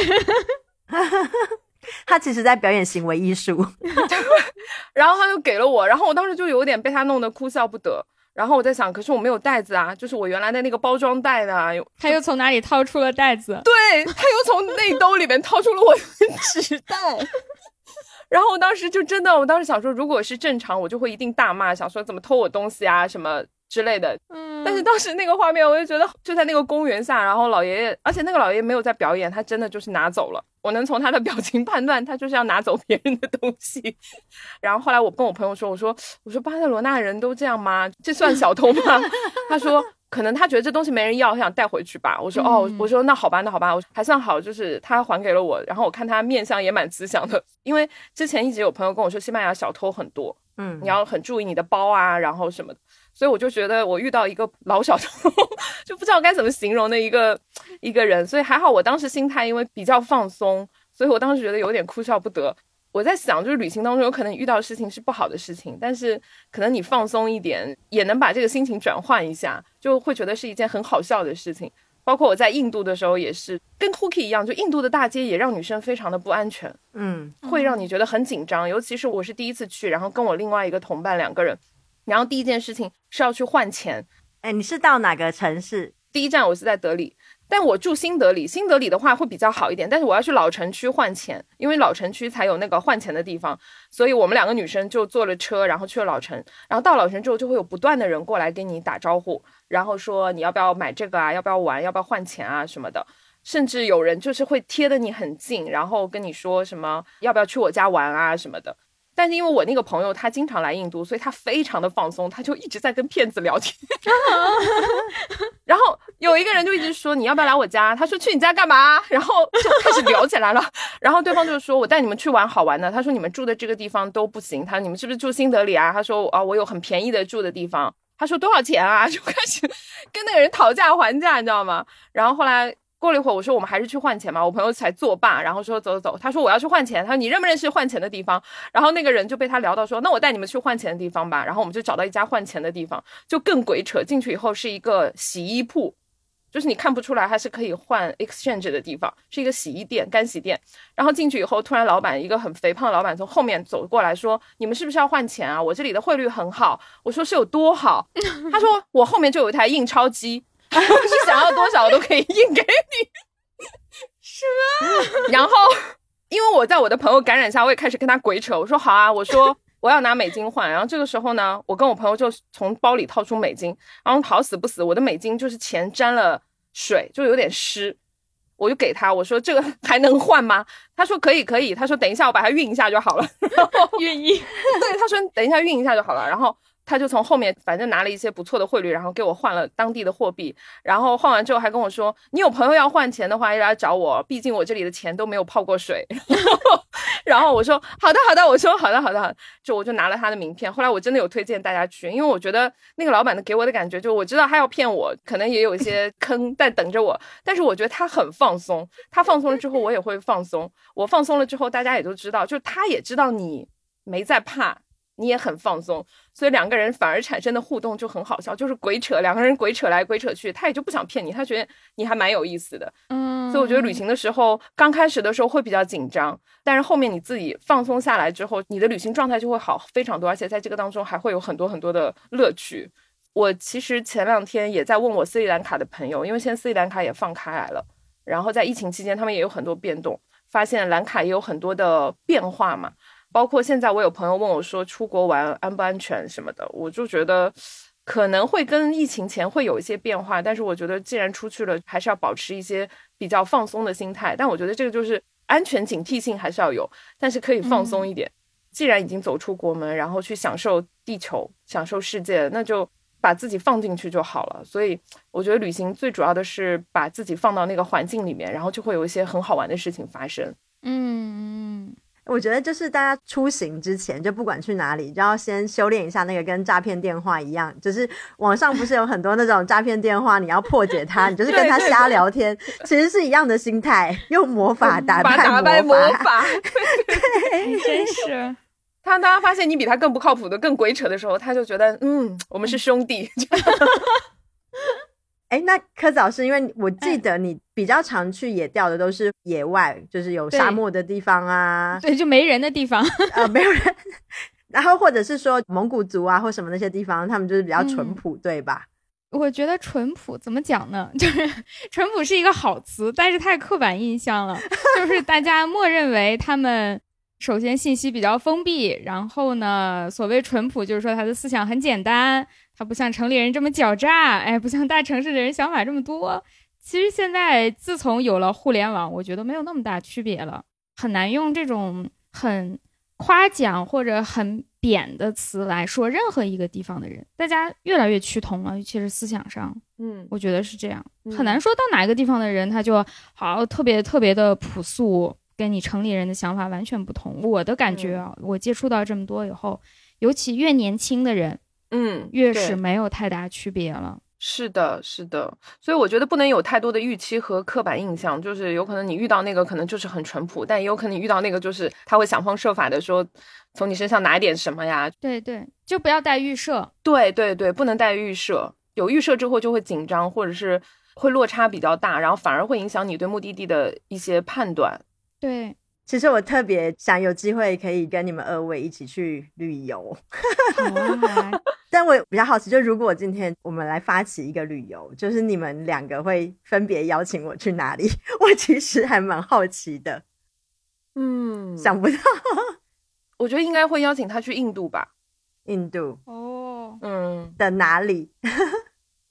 [SPEAKER 5] 他其实在表演行为艺术
[SPEAKER 6] 然后他就给了我，然后我当时就有点被他弄得哭笑不得。然后我在想可是我没有袋子啊，就是我原来的那个包装袋呢，
[SPEAKER 3] 他又从哪里掏出了袋子？
[SPEAKER 6] 对，他又从内兜里面掏出了我的纸袋然后我当时就真的我当时想说如果是正常我就会一定大骂，想说怎么偷我东西啊什么之类的。嗯，但是当时那个画面我就觉得就在那个公园下，然后老爷爷，而且那个老爷爷没有在表演，他真的就是拿走了，我能从他的表情判断他就是要拿走别人的东西。然后后来我跟我朋友说，我说我说巴塞罗那人都这样吗？这算小偷吗？他说可能他觉得这东西没人要，他想带回去吧。我说哦，我说那好吧那好吧，我还算好，就是他还给了我。然后我看他面相也蛮慈祥的，因为之前一直有朋友跟我说西班牙小偷很多，嗯，你要很注意你的包啊然后什么的，所以我就觉得我遇到一个老小偷就不知道该怎么形容的一个一个人。所以还好我当时心态因为比较放松，所以我当时觉得有点哭笑不得。我在想就是旅行当中有可能遇到的事情是不好的事情，但是可能你放松一点也能把这个心情转换一下，就会觉得是一件很好笑的事情。包括我在印度的时候也是跟 Huki 一样，就印度的大街也让女生非常的不安全，嗯，会让你觉得很紧张。尤其是我是第一次去，然后跟我另外一个同伴两个人，然后第一件事情是要去换钱。
[SPEAKER 5] 哎，你是到哪个城市？
[SPEAKER 6] 第一站我是在德里，但我住新德里，新德里的话会比较好一点，但是我要去老城区换钱，因为老城区才有那个换钱的地方，所以我们两个女生就坐了车，然后去了老城。然后到老城之后就会有不断的人过来跟你打招呼，然后说你要不要买这个啊，要不要玩，要不要换钱啊什么的，甚至有人就是会贴得你很近，然后跟你说什么要不要去我家玩啊什么的。 但是因为我那个朋友他经常来印度，所以他非常的放松，他就一直在跟骗子聊天然后有一个人就一直说你要不要来我家，他说去你家干嘛，然后就开始聊起来了然后对方就说我带你们去玩好玩的，他说你们住的这个地方都不行，他说你们是不是住新德里啊，他说啊我有很便宜的住的地方，他说多少钱啊，就开始跟那个人讨价还价，你知道吗？然后后来过了一会儿，我说我们还是去换钱嘛，我朋友才作罢，然后说走走走，他说我要去换钱，他说你认不认识换钱的地方，然后那个人就被他聊到说那我带你们去换钱的地方吧，然后我们就找到一家换钱的地方，就更鬼扯，进去以后是一个洗衣铺，就是你看不出来它是可以换 exchange 的地方，是一个洗衣店干洗店，然后进去以后突然老板一个很肥胖的老板从后面走过来说你们是不是要换钱啊，我这里的汇率很好，我说是有多好他说我后面就有一台印钞机我是想要多少我都可以印给你
[SPEAKER 3] 是吗
[SPEAKER 6] 然后因为我在我的朋友感染下我也开始跟他鬼扯，我说好啊，我说我要拿美金换，然后这个时候呢我跟我朋友就从包里掏出美金，然后好死不死我的美金就是钱沾了水就有点湿，我就给他我说这个还能换吗，他说可以可以，他说等一下我把它运一下就好了
[SPEAKER 3] 愿意
[SPEAKER 6] 对他说等一下运一下就好了，然后他就从后面反正拿了一些不错的汇率，然后给我换了当地的货币，然后换完之后还跟我说你有朋友要换钱的话要来找我，毕竟我这里的钱都没有泡过水然后我说好的好的，我说好的好的好的，就我就拿了他的名片，后来我真的有推荐大家去，因为我觉得那个老板的给我的感觉就我知道他要骗我，可能也有一些坑在等着我，但是我觉得他很放松，他放松了之后我也会放松，我放松了之后大家也都知道，就是他也知道你没在怕，你也很放松，所以两个人反而产生的互动就很好笑，就是鬼扯，两个人鬼扯来鬼扯去，他也就不想骗你，他觉得你还蛮有意思的。嗯，所以我觉得旅行的时候刚开始的时候会比较紧张，但是后面你自己放松下来之后，你的旅行状态就会好非常多，而且在这个当中还会有很多很多的乐趣。我其实前两天也在问我斯里兰卡的朋友，因为现在斯里兰卡也放开来了，然后在疫情期间他们也有很多变动，发现兰卡也有很多的变化嘛，包括现在我有朋友问我说出国玩安不安全什么的，我就觉得可能会跟疫情前会有一些变化，但是我觉得既然出去了还是要保持一些比较放松的心态，但我觉得这个就是安全警惕性还是要有，但是可以放松一点、嗯、既然已经走出国门，然后去享受地球享受世界，那就把自己放进去就好了。所以我觉得旅行最主要的是把自己放到那个环境里面，然后就会有一些很好玩的事情发生。
[SPEAKER 3] 嗯，
[SPEAKER 5] 我觉得就是大家出行之前就不管去哪里就要先修炼一下那个跟诈骗电话一样，就是网上不是有很多那种诈骗电话你要破解它你就是跟他瞎聊天其实是一样的心态，用魔法打败魔法，打败魔法
[SPEAKER 3] 对真是
[SPEAKER 6] 他当他发现你比他更不靠谱的更鬼扯的时候，他就觉得嗯我们是兄弟
[SPEAKER 5] 哎，那柯子老师，因为我记得你比较常去野钓的都是野外，就是有沙漠的地方啊，
[SPEAKER 3] 对，就没人的地方，
[SPEAKER 5] 呃，没有人，然后或者是说蒙古族啊或什么那些地方，他们就是比较淳朴、嗯、对吧？
[SPEAKER 3] 我觉得淳朴怎么讲呢？就是淳朴是一个好词，但是太刻板印象了，就是大家默认为他们首先信息比较封闭，然后呢，所谓淳朴就是说他的思想很简单。他不像城里人这么狡诈，哎，不像大城市的人想法这么多。其实现在自从有了互联网，我觉得没有那么大区别了，很难用这种很夸奖或者很贬的词来说任何一个地方的人。大家越来越趋同了，尤其是思想上，嗯，我觉得是这样，很难说到哪个地方的人他就好特别特别的朴素，跟你城里人的想法完全不同。我的感觉啊，我接触到这么多以后，尤其越年轻的人。嗯，越是没有太大区别了。
[SPEAKER 6] 是的是的，所以我觉得不能有太多的预期和刻板印象，就是有可能你遇到那个可能就是很淳朴，但也有可能你遇到那个就是他会想方设法的说从你身上拿一点什么呀。
[SPEAKER 3] 对对，就不要带预设。对
[SPEAKER 6] 对对，不能带预设，有预设之后就会紧张，或者是会落差比较大，然后反而会影响你对目的地的一些判断。
[SPEAKER 3] 对，
[SPEAKER 5] 其实我特别想有机会可以跟你们二位一起去旅游
[SPEAKER 3] 好
[SPEAKER 5] 但我比较好奇，就如果今天我们来发起一个旅游，就是你们两个会分别邀请我去哪里？我其实还蛮好奇的。嗯，想不到
[SPEAKER 6] 我觉得应该会邀请他去印度吧。
[SPEAKER 5] 印度
[SPEAKER 3] 哦，
[SPEAKER 6] 嗯
[SPEAKER 5] 的哪里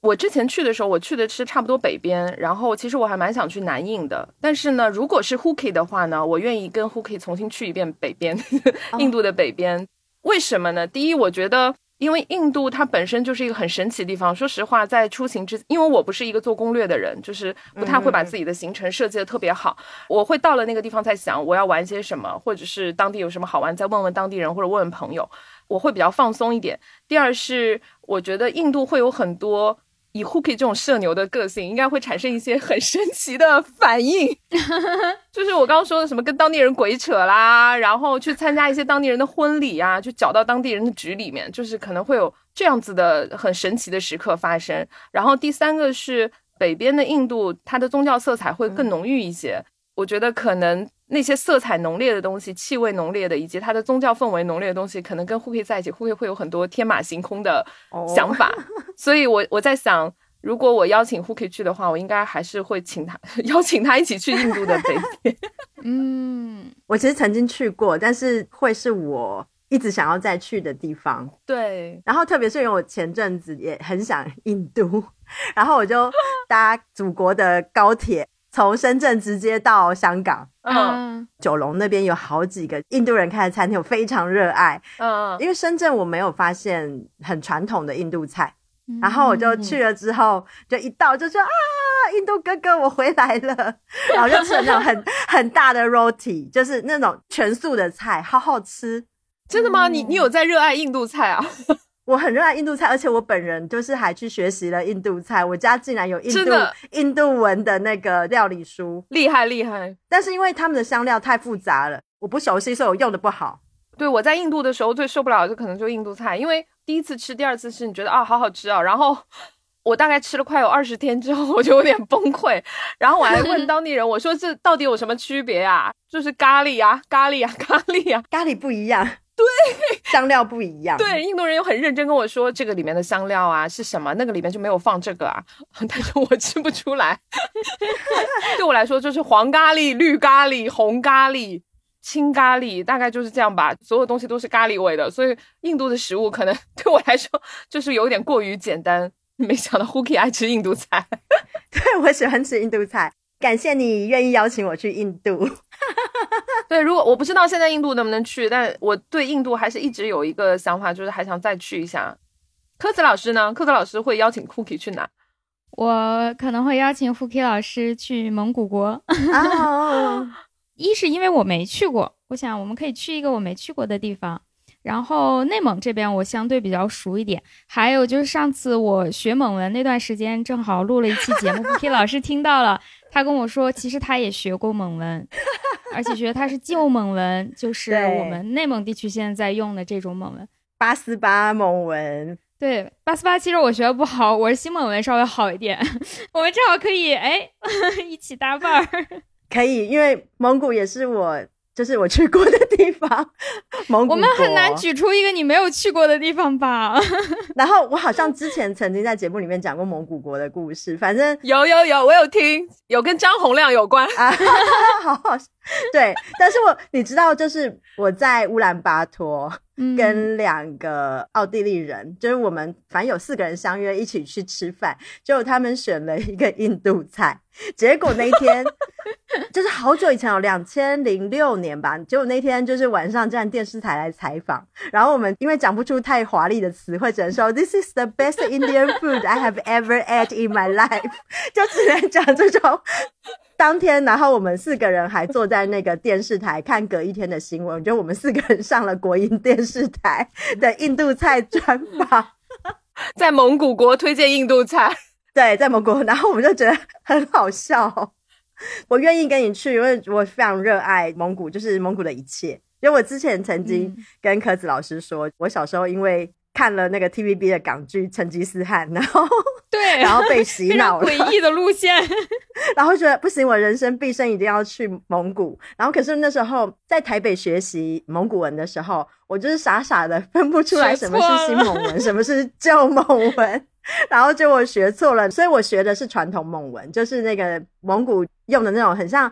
[SPEAKER 6] 我之前去的时候，我去的是差不多北边，然后其实我还蛮想去南印的。但是呢，如果是 Huki 的话呢，我愿意跟 Huki 重新去一遍北边，印度的北边。为什么呢？第一，我觉得因为印度它本身就是一个很神奇的地方。说实话，在出行之，因为我不是一个做攻略的人，就是不太会把自己的行程设计的特别好。嗯、我会到了那个地方在想我要玩些什么，或者是当地有什么好玩，再问问当地人或者问问朋友，我会比较放松一点。第二是，我觉得印度会有很多。以 Huki 这种社牛的个性，应该会产生一些很神奇的反应。就是我刚刚说的什么跟当地人鬼扯啦，然后去参加一些当地人的婚礼啊，去搅到当地人的局里面，就是可能会有这样子的很神奇的时刻发生。然后第三个是北边的印度，它的宗教色彩会更浓郁一些。嗯、我觉得可能那些色彩浓烈的东西，气味浓烈的，以及它的宗教氛围浓烈的东西，可能跟 Huki 在一起 Huki 会有很多天马行空的想法。Oh. 所以我我在想，如果我邀请 Huki 去的话，我应该还是会请他邀请他一起去印度的北边。
[SPEAKER 5] 嗯，我其实曾经去过，但是会是我一直想要再去的地方。
[SPEAKER 6] 对，
[SPEAKER 5] 然后特别是因为我前阵子也很想印度，然后我就搭祖国的高铁从深圳直接到香港。嗯，九龙那边有好几个印度人开的餐厅，我非常热爱。嗯，因为深圳我没有发现很传统的印度菜。嗯、然后我就去了之后，就一到就说啊，印度哥哥我回来了，然后就吃了那种很很大的 roti， 就是那种全素的菜，好好吃。
[SPEAKER 6] 真的吗？嗯、你你有在热爱印度菜啊？
[SPEAKER 5] 我很热爱印度菜，而且我本人就是还去学习了印度菜，我家竟然有印度印度文的那个料理书，
[SPEAKER 6] 厉害厉害。
[SPEAKER 5] 但是因为他们的香料太复杂了，我不熟悉，所以我用的不好。
[SPEAKER 6] 对，我在印度的时候最受不了的就可能就印度菜，因为第一次吃第二次吃你觉得啊好好吃啊，然后我大概吃了快有二十天之后我就有点崩溃，然后我还问当地人我说这到底有什么区别啊，就是咖喱啊咖喱啊咖喱啊
[SPEAKER 5] 咖喱不一样，
[SPEAKER 6] 对，
[SPEAKER 5] 香料不一样，
[SPEAKER 6] 对，印度人又很认真跟我说这个里面的香料啊是什么，那个里面就没有放这个啊，但是我吃不出来。对我来说就是黄咖喱绿咖喱红咖喱青咖喱，大概就是这样吧，所有东西都是咖喱味的，所以印度的食物可能对我来说就是有点过于简单。没想到 Huki 爱吃印度菜。
[SPEAKER 5] 对，我喜欢吃印度菜，感谢你愿意邀请我去印度。
[SPEAKER 6] 对，如果我不知道现在印度能不能去，但我对印度还是一直有一个想法，就是还想再去一下。柯子老师呢？柯子老师会邀请 Huki 去哪？
[SPEAKER 3] 我可能会邀请 Huki 老师去蒙古国。
[SPEAKER 5] 哦
[SPEAKER 3] 一是因为我没去过，我想我们可以去一个我没去过的地方，然后内蒙这边我相对比较熟一点，还有就是上次我学蒙文那段时间正好录了一期节目Huki 老师听到了，他跟我说其实他也学过蒙文，而且觉得他是旧蒙文，就是我们内蒙地区现在在用的这种蒙文，
[SPEAKER 5] 八思巴蒙文。
[SPEAKER 3] 对，八思巴其实我学的不好，我是新蒙文稍微好一点，我们正好可以哎一起搭伴儿。
[SPEAKER 5] 可以，因为蒙古也是我就是我去过的地方。蒙古国我
[SPEAKER 3] 们很难举出一个你没有去过的地方吧。
[SPEAKER 5] 然后我好像之前曾经在节目里面讲过蒙古国的故事，反正
[SPEAKER 6] 有有有我有听，有跟张洪亮有关
[SPEAKER 5] 啊。好好对，但是我你知道就是我在乌兰巴托跟两个奥地利人、嗯、就是我们反正有四个人相约一起去吃饭，结果他们选了一个印度菜，结果那一天就是好久以前有两千零六年吧，结果那天就是晚上站电视台来采访，然后我们因为讲不出太华丽的词汇，只能说 This is the best Indian food I have ever ate in my life 就只能讲这种。当天然后我们四个人还坐在那个电视台看隔一天的新闻，我觉得我们四个人上了国营电视台的印度菜专访。
[SPEAKER 6] 在蒙古国推荐印度菜。
[SPEAKER 5] 对，在蒙古，然后我们就觉得很好笑。我愿意跟你去，因为我非常热爱蒙古，就是蒙古的一切。因为我之前曾经跟柯子老师说、嗯、我小时候因为看了那个 T V B 的港剧成吉思汗，然后
[SPEAKER 3] 对，
[SPEAKER 5] 然后被洗脑了，
[SPEAKER 3] 非常诡异的路线。
[SPEAKER 5] 然后觉得不行，我人生毕生一定要去蒙古。然后可是那时候在台北学习蒙古文的时候，我就是傻傻的分不出来什么是新蒙文什么是旧蒙文，然后就我学错了，所以我学的是传统蒙文，就是那个蒙古用的那种很像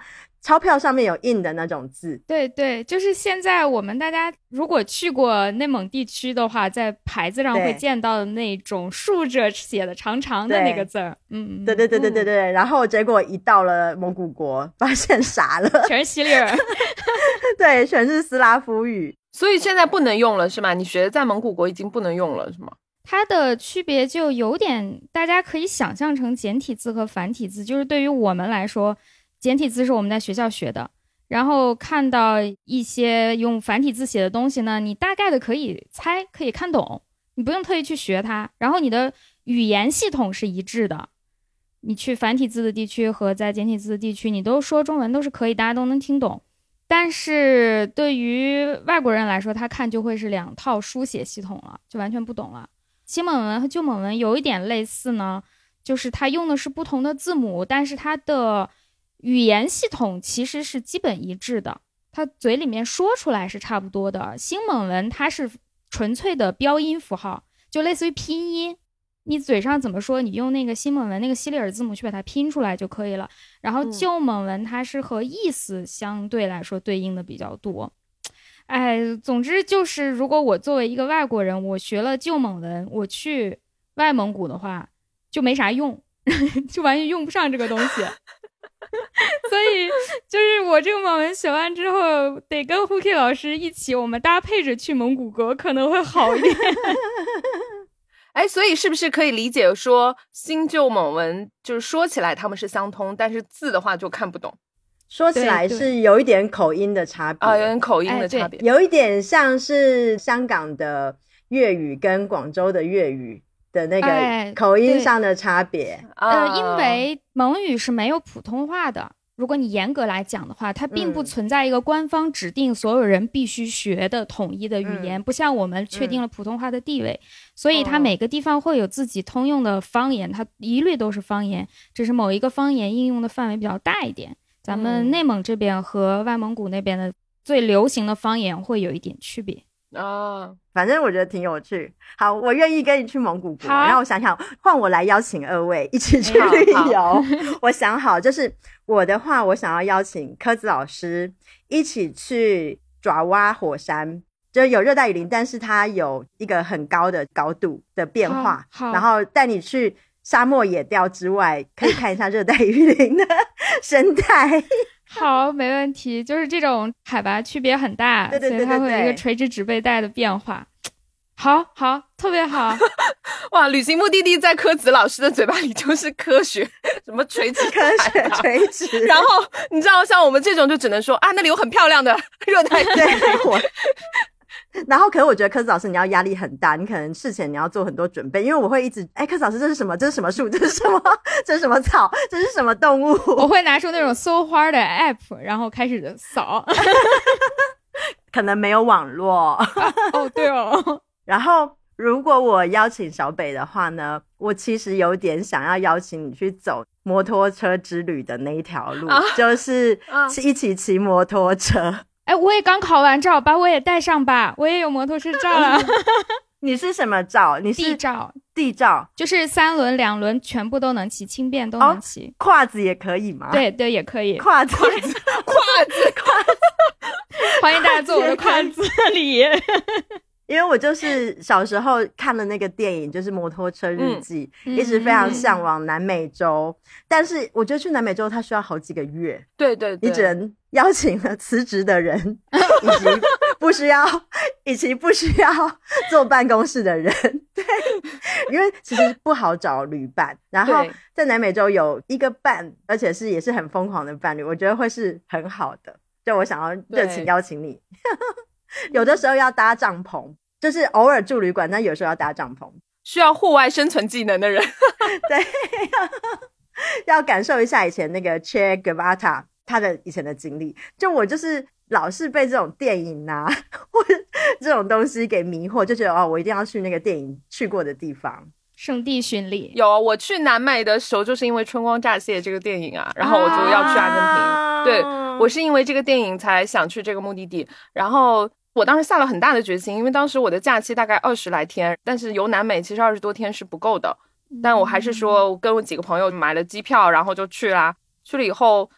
[SPEAKER 5] 钞票上面有印的那种字。
[SPEAKER 3] 对对，就是现在我们大家如果去过内蒙地区的话，在牌子上会见到的那种竖着写的长长的那个字儿。嗯，
[SPEAKER 5] 对对对对对对。然后结果一到了蒙古国，发现傻了，
[SPEAKER 3] 全是西里尔。
[SPEAKER 5] 对，全是斯拉夫语。
[SPEAKER 6] 所以现在不能用了是吗？你学的在蒙古国已经不能用了是吗？
[SPEAKER 3] 它的区别就有点，大家可以想象成简体字和繁体字。就是对于我们来说，简体字是我们在学校学的，然后看到一些用繁体字写的东西呢，你大概的可以猜，可以看懂，你不用特意去学它。然后你的语言系统是一致的，你去繁体字的地区和在简体字的地区，你都说中文都是可以，大家都能听懂。但是对于外国人来说，他看就会是两套书写系统了，就完全不懂了。新蒙文和旧蒙文有一点类似呢，就是它用的是不同的字母，但是它的语言系统其实是基本一致的，它嘴里面说出来是差不多的。新蒙文它是纯粹的标音符号，就类似于拼音，你嘴上怎么说，你用那个新蒙文那个西里尔字母去把它拼出来就可以了。然后旧蒙文它是和意思相对来说对应的比较多。哎，总之就是如果我作为一个外国人，我学了旧蒙文，我去外蒙古的话就没啥用，就完全用不上这个东西。所以就是我这个蒙文学完之后，得跟 Huki 老师一起，我们搭配着去蒙古国可能会好一点。
[SPEAKER 6] 哎，所以是不是可以理解说新旧蒙文就是说起来他们是相通，但是字的话就看不懂？
[SPEAKER 5] 说起来是有一点口音的差别
[SPEAKER 6] 啊，有点口音的差别，
[SPEAKER 5] 哎，有一点像是香港的粤语跟广州的粤语的那个口音上的差别。
[SPEAKER 3] 哎，呃，因为蒙语是没有普通话的，如果你严格来讲的话，它并不存在一个官方指定所有人必须学的统一的语言，嗯，不像我们确定了普通话的地位，嗯，所以它每个地方会有自己通用的方言，它一律都是方言，只是某一个方言应用的范围比较大一点。咱们内蒙这边和外蒙古那边的最流行的方言会有一点区别
[SPEAKER 5] 啊，反正我觉得挺有趣。好，我愿意跟你去蒙古国，然后我想想换我来邀请二位一起去旅游。我想好，就是我的话，我想要邀请柯子老师一起去爪哇火山，就有热带雨林，但是它有一个很高的高度的变化，然后带你去沙漠野钓之外，可以看一下热带雨林的生态。
[SPEAKER 3] 好，没问题，就是这种海拔区别很大，
[SPEAKER 5] 对对对对对，
[SPEAKER 3] 所以它会有一个垂直植被带的变化。好好，特别好。
[SPEAKER 6] 哇，旅行目的地在柯子老师的嘴巴里就是科学，什么垂直
[SPEAKER 5] 科学垂直。
[SPEAKER 6] 然后你知道像我们这种就只能说啊，那里有很漂亮的热带雨林。
[SPEAKER 5] 然后可是我觉得柯子老师你要压力很大，你可能事前你要做很多准备，因为我会一直哎，柯子老师这是什么，这是什么树，这是什么，这是什么草，这是什么动物，
[SPEAKER 3] 我会拿出那种搜花的 app 然后开始扫。
[SPEAKER 5] 可能没有网络。
[SPEAKER 3] 啊，哦对哦。
[SPEAKER 5] 然后如果我邀请小北的话呢，我其实有点想要邀请你去走摩托车之旅的那一条路，啊，就是一起骑摩托车。
[SPEAKER 3] 哎，我也刚考完照，把我也带上吧，我也有摩托车照了。
[SPEAKER 5] 你是什么照？你是
[SPEAKER 3] 地照。
[SPEAKER 5] 地照
[SPEAKER 3] 就是三轮两轮全部都能骑，轻便都能骑，
[SPEAKER 5] 哦，胯子也可以吗？
[SPEAKER 3] 对对，也可以。
[SPEAKER 5] 胯子
[SPEAKER 6] 胯子胯子胯子
[SPEAKER 3] 欢迎大家做我的胯子礼。
[SPEAKER 5] 因为我就是小时候看了那个电影，就是《摩托车日记》，嗯，一直非常向往南美洲，嗯，但是我觉得去南美洲它需要好几个月，
[SPEAKER 6] 对对对，
[SPEAKER 5] 你只能邀请了辞职的人，以及不需要以及不需要坐办公室的人，对，因为其实不好找旅伴，然后在南美洲有一个伴，而且是也是很疯狂的伴侣，我觉得会是很好的，就我想要热情邀请你。有的时候要搭帐篷，就是偶尔住旅馆，但有时候要搭帐篷，
[SPEAKER 6] 需要户外生存技能的人。
[SPEAKER 5] 对，要感受一下以前那个 Che Guevara 他的以前的经历。就我就是老是被这种电影啊或者这种东西给迷惑，就觉得哦，我一定要去那个电影去过的地方。
[SPEAKER 3] 圣地巡礼。
[SPEAKER 6] 有，我去南美的时候就是因为《春光乍泄》这个电影啊，然后我就要去阿根廷，啊，对，我是因为这个电影才想去这个目的地，然后我当时下了很大的决心，因为当时我的假期大概二十来天，但是游南美其实二十多天是不够的，但我还是说跟我几个朋友买了机票，然后就去啦。去了以后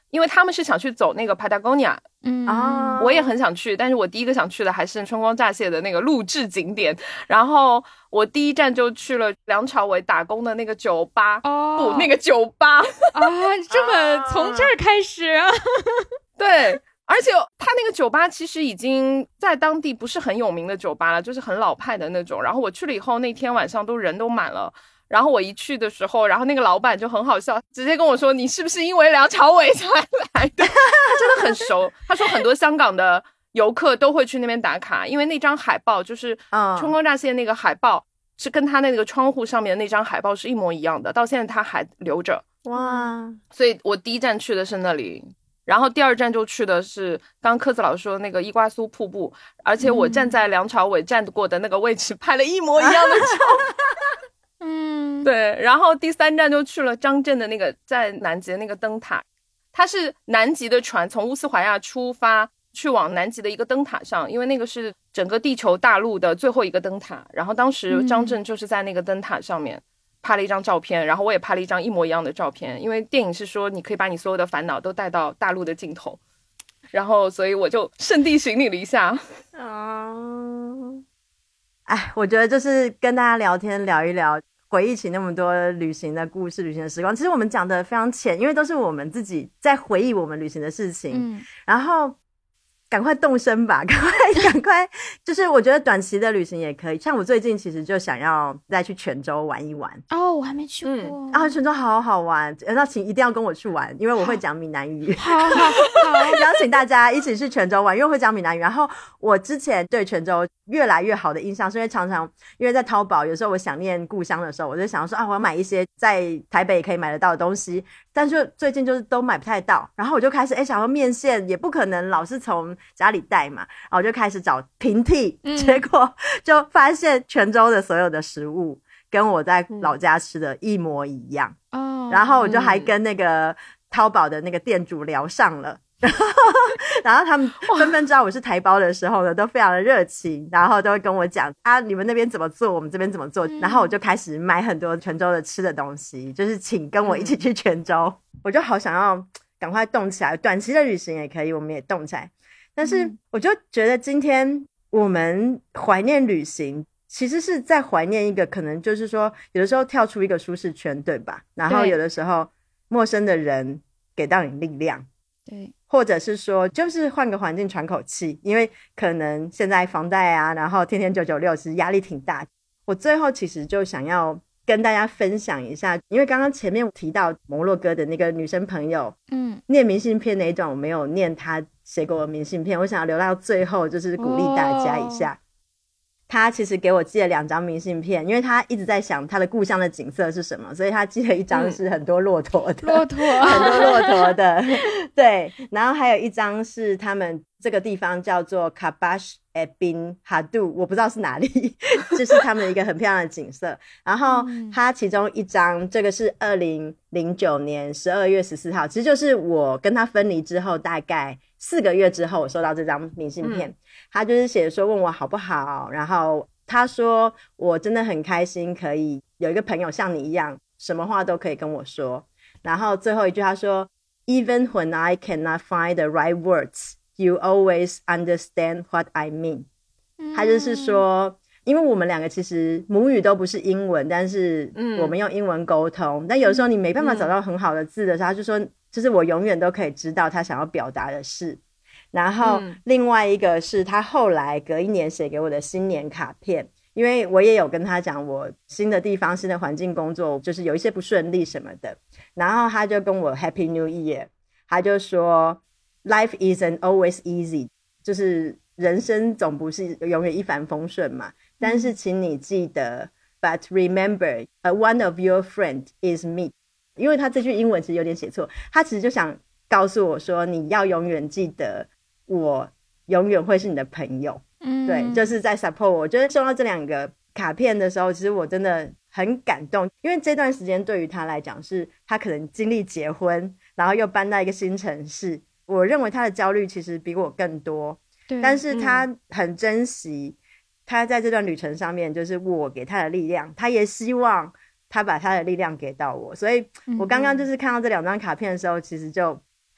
[SPEAKER 6] 因为他们是想去走那个 Patagonia，
[SPEAKER 3] 嗯
[SPEAKER 5] 啊，
[SPEAKER 6] 我也很想去，但是我第一个想去的还是春光乍泄的那个录制景点。然后我第一站就去了梁朝伟打工的那个酒吧，
[SPEAKER 3] 哦，
[SPEAKER 6] 不，那个酒吧
[SPEAKER 3] 啊，这么从这儿开始啊？
[SPEAKER 6] 对。而且他那个酒吧其实已经在当地不是很有名的酒吧了，就是很老派的那种。然后我去了以后，那天晚上都人都满了。然后我一去的时候，然后那个老板就很好笑，直接跟我说：“你是不是因为梁朝伟才来的？”他真的很熟。他说很多香港的游客都会去那边打卡，因为那张海报就是春光乍泄那个海报，是跟他那个窗户上面的那张海报是一模一样的，到现在他还留着。
[SPEAKER 5] 哇！
[SPEAKER 6] 所以我第一站去的是那里。然后第二站就去的是刚刚柯子老师说的那个伊瓜苏瀑布，而且我站在梁朝伟站过的那个位置拍了一模一样的照片。
[SPEAKER 3] 嗯，
[SPEAKER 6] 对。然后第三站就去了张震的那个在南极的那个灯塔，它是南极的船从乌斯怀亚出发去往南极的一个灯塔上，因为那个是整个地球大陆的最后一个灯塔，然后当时张震就是在那个灯塔上面拍了一张照片，然后我也拍了一张一模一样的照片，因为电影是说你可以把你所有的烦恼都带到大陆的尽头，然后所以我就圣地巡礼了一下。
[SPEAKER 5] 哦，哎，我觉得就是跟大家聊天聊一聊，回忆起那么多旅行的故事、旅行的时光。其实我们讲的非常浅，因为都是我们自己在回忆我们旅行的事情。
[SPEAKER 3] 嗯，
[SPEAKER 5] 然后赶快动身吧，赶快赶快，就是我觉得短期的旅行也可以。像我最近其实就想要再去泉州玩一玩。
[SPEAKER 3] 哦，我还没去过。
[SPEAKER 5] 嗯、啊，泉州好好玩，那请一定要跟我去玩，因为我会讲闽南语。
[SPEAKER 3] 好好好，
[SPEAKER 5] 邀请大家一起去泉州玩，因为我会讲闽南语。然后我之前对泉州越来越好的印象，是因为常常因为在淘宝，有时候我想念故乡的时候，我就想说啊，我要买一些在台北可以买得到的东西，但是最近就是都买不太到。然后我就开始哎，想要面线也不可能老是从家里带嘛，然后我就开始找平替，
[SPEAKER 3] 嗯、
[SPEAKER 5] 结果就发现泉州的所有的食物跟我在老家吃的一模一样。
[SPEAKER 3] 哦，
[SPEAKER 5] 然后我就还跟那个淘宝的那个店主聊上了。然后，然后他们纷纷知道我是台胞的时候呢，都非常的热情，然后都会跟我讲啊，你们那边怎么做，我们这边怎么做。嗯、然后我就开始买很多泉州的吃的东西，就是请跟我一起去泉州。嗯、我就好想要赶快动起来，短期的旅行也可以，我们也动起来。但是我就觉得今天我们怀念旅行，其实是在怀念一个可能就是说，有的时候跳出一个舒适圈，对吧？然后有的时候陌生的人给到你力量。
[SPEAKER 3] 对，
[SPEAKER 5] 或者是说就是换个环境喘口气，因为可能现在房贷啊，然后天天九九六，其实压力挺大。我最后其实就想要跟大家分享一下，因为刚刚前面提到摩洛哥的那个女生朋友，
[SPEAKER 3] 嗯，
[SPEAKER 5] 念明信片那一段我没有念她写给我的明信片，我想要留到最后，就是鼓励大家一下。哦，他其实给我寄了两张明信片，因为他一直在想他的故乡的景色是什么，所以他寄了一张是很多骆驼的，
[SPEAKER 3] 骆驼，
[SPEAKER 5] 很多骆驼的，对，然后还有一张是他们这个地方叫做 Kabash Ebin Hadu， 我不知道是哪里，就是他们的一个很漂亮的景色。然后他其中一张，这个是二零零九年十二月十四号，其实就是我跟他分离之后大概四个月之后，我收到这张明信片。嗯，他就是写说问我好不好，然后他说我真的很开心可以有一个朋友像你一样什么话都可以跟我说，然后最后一句他说 Even when I cannot find the right words you always understand what I mean。 他就是说因为我们两个其实母语都不是英文，但是我们用英文沟通，但有时候你没办法找到很好的字的时候，他就说就是我永远都可以知道他想要表达的事。然后另外一个是他后来隔一年写给我的新年卡片，因为我也有跟他讲我新的地方新的环境工作就是有一些不顺利什么的，然后他就跟我 Happy New Year， 他就说 Life isn't always easy， 就是人生总不是永远一帆风顺嘛，但是请你记得 But remember one of your friend is me， 因为他这句英文其实有点写错，他其实就想告诉我说你要永远记得我永远会是你的朋友。嗯，对，就是在 support 我。我觉得收到这两个卡片的时候，其实我真的很感动，因为这段时间对于他来讲是他可能经历结婚，然后又搬到一个新城市，我认为他的焦虑其实比我更多，对，但是他很珍惜他在这段旅程上面就是我给他的力量，他也希望他把他的力量给到我，所以我刚刚就是看到这两张卡片的时候，其实就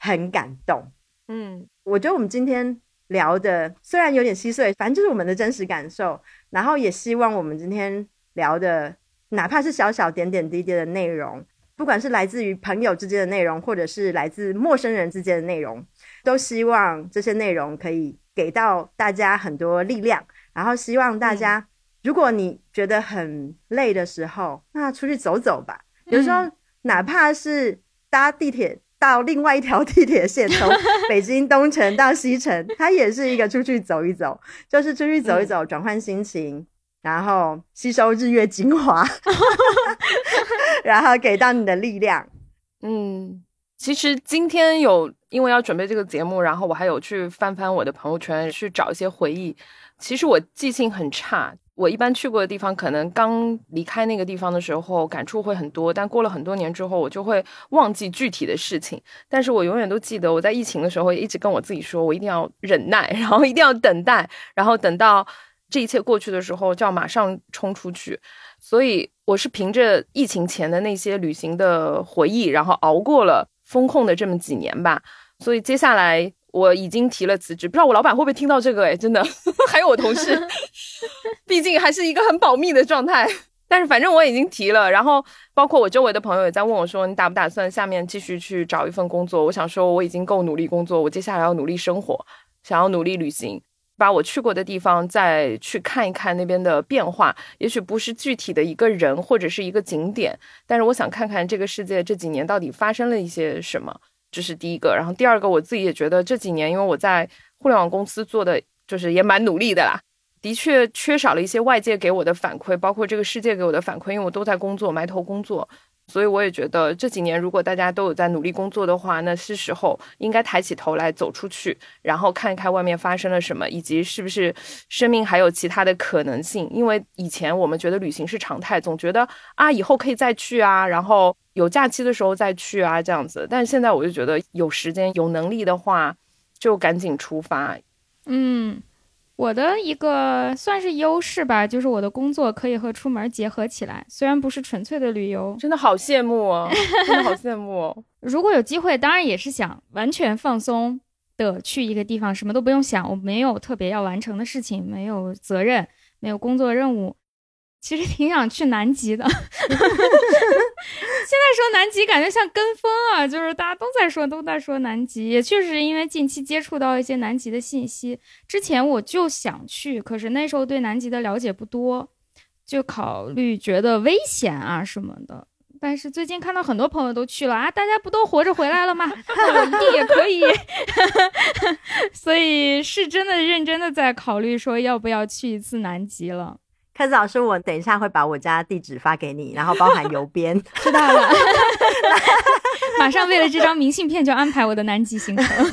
[SPEAKER 5] 很感动。
[SPEAKER 6] 嗯，
[SPEAKER 5] 我觉得我们今天聊的虽然有点稀碎，反正就是我们的真实感受，然后也希望我们今天聊的哪怕是小小点点滴滴的内容，不管是来自于朋友之间的内容，或者是来自陌生人之间的内容，都希望这些内容可以给到大家很多力量，然后希望大家、嗯、如果你觉得很累的时候，那出去走走吧。有时候哪怕是搭地铁到另外一条地铁线，从北京东城到西城，它也是一个出去走一走，就是出去走一走，转换心情，然后吸收日月精华然后给到你的力量。
[SPEAKER 6] 嗯，其实今天有因为要准备这个节目，然后我还有去翻翻我的朋友圈，去找一些回忆。其实我记性很差，我一般去过的地方，可能刚离开那个地方的时候感触会很多，但过了很多年之后我就会忘记具体的事情。但是我永远都记得我在疫情的时候也一直跟我自己说，我一定要忍耐，然后一定要等待，然后等到这一切过去的时候就要马上冲出去。所以我是凭着疫情前的那些旅行的回忆，然后熬过了封控的这么几年吧。所以接下来我已经提了辞职，不知道我老板会不会听到这个，诶真的还有我同事毕竟还是一个很保密的状态，但是反正我已经提了。然后包括我周围的朋友也在问我说，你打不打算下面继续去找一份工作。我想说我已经够努力工作，我接下来要努力生活，想要努力旅行，把我去过的地方再去看一看那边的变化。也许不是具体的一个人或者是一个景点，但是我想看看这个世界这几年到底发生了一些什么，这是第一个。然后第二个，我自己也觉得这几年因为我在互联网公司做的就是也蛮努力的啦，的确缺少了一些外界给我的反馈，包括这个世界给我的反馈，因为我都在工作，埋头工作。所以我也觉得这几年如果大家都有在努力工作的话，那是时候应该抬起头来走出去，然后看一看外面发生了什么，以及是不是生命还有其他的可能性。因为以前我们觉得旅行是常态，总觉得啊以后可以再去啊，然后有假期的时候再去啊这样子。但是现在我就觉得有时间有能力的话就赶紧出发。
[SPEAKER 3] 嗯，我的一个算是优势吧，就是我的工作可以和出门结合起来，虽然不是纯粹的旅游。
[SPEAKER 6] 真的好羡慕哦真的好羡慕哦
[SPEAKER 3] 如果有机会当然也是想完全放松的去一个地方，什么都不用想，我没有特别要完成的事情，没有责任，没有工作任务，其实挺想去南极的现在说南极感觉像跟风啊，就是大家都在说都在说南极，也确实因为近期接触到一些南极的信息，之前我就想去，可是那时候对南极的了解不多，就考虑觉得危险啊什么的。但是最近看到很多朋友都去了啊，大家不都活着回来了吗？我一定也可以所以是真的认真的在考虑说要不要去一次南极了。
[SPEAKER 5] 柯子老师，我等一下会把我家地址发给你，然后包含邮编
[SPEAKER 3] 知道了马上为了这张明信片就安排我的南极行程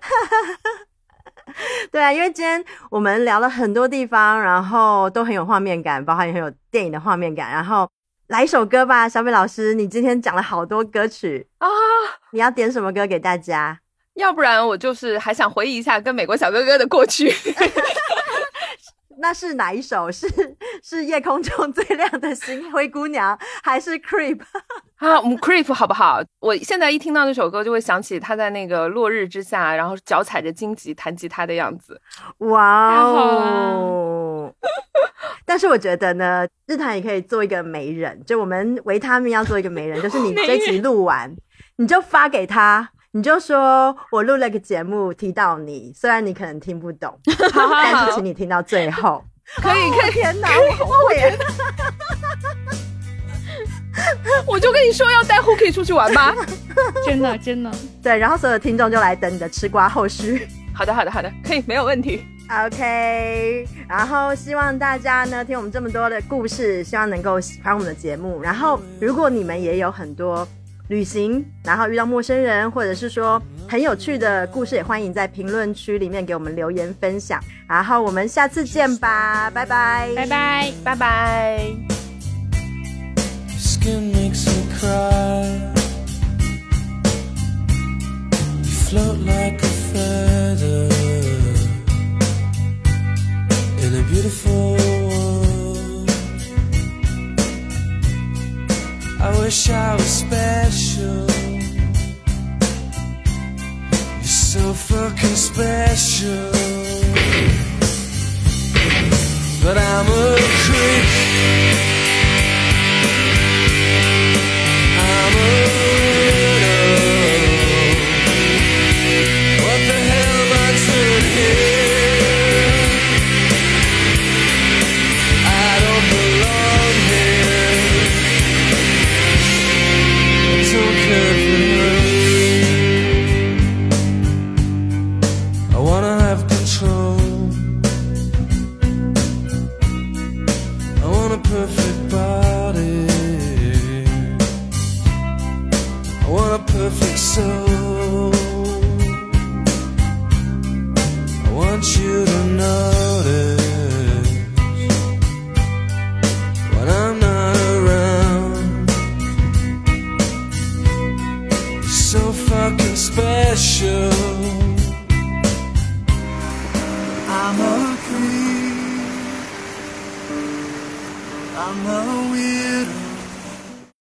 [SPEAKER 5] 对啊，因为今天我们聊了很多地方，然后都很有画面感，包含也很有电影的画面感。然后来一首歌吧，小北老师，你今天讲了好多歌曲啊，你要点什么歌给大家？
[SPEAKER 6] 要不然我就是还想回忆一下跟美国小哥哥的过去
[SPEAKER 5] 那是哪一首？是是夜空中最亮的星灰姑娘，还是 Creep
[SPEAKER 6] 啊？我们 Creep 好不好？我现在一听到这首歌就会想起他在那个落日之下，然后脚踩着荆棘弹吉他的样子。
[SPEAKER 5] 哇哦但是我觉得呢，日坛也可以做一个媒人，就我们维他命要做一但是就是你这集录完你就发给他，你就说我录了个节目提到你，虽然你可能听不懂但是请你听到最后
[SPEAKER 6] 可以可以、哦、
[SPEAKER 5] 天哪我好会啊
[SPEAKER 6] 我就跟你说要带 Hooky 出去玩吧
[SPEAKER 3] 真的真的
[SPEAKER 5] 对，然后所有的听众就来等你的吃瓜后续。
[SPEAKER 6] 好的好的好的，可以没有问题。
[SPEAKER 5] OK， 然后希望大家呢听我们这么多的故事，希望能够喜欢我们的节目。然后如果你们也有很多旅行然后遇到陌生人或者是说很有趣的故事，也欢迎在评论区里面给我们留言分享。然后我们下次见吧，拜拜
[SPEAKER 3] 拜拜
[SPEAKER 6] 拜拜。
[SPEAKER 8] Skin makes me cry, you float like a feather in a beautiful world. I wish I was special, fucking special. But I'm a creep. I'm a widow. What the hell am I doing here? I don't belong here. I don't care if it hurts. I wanna have control. I want a perfect body. I want a perfect soul. I want you to know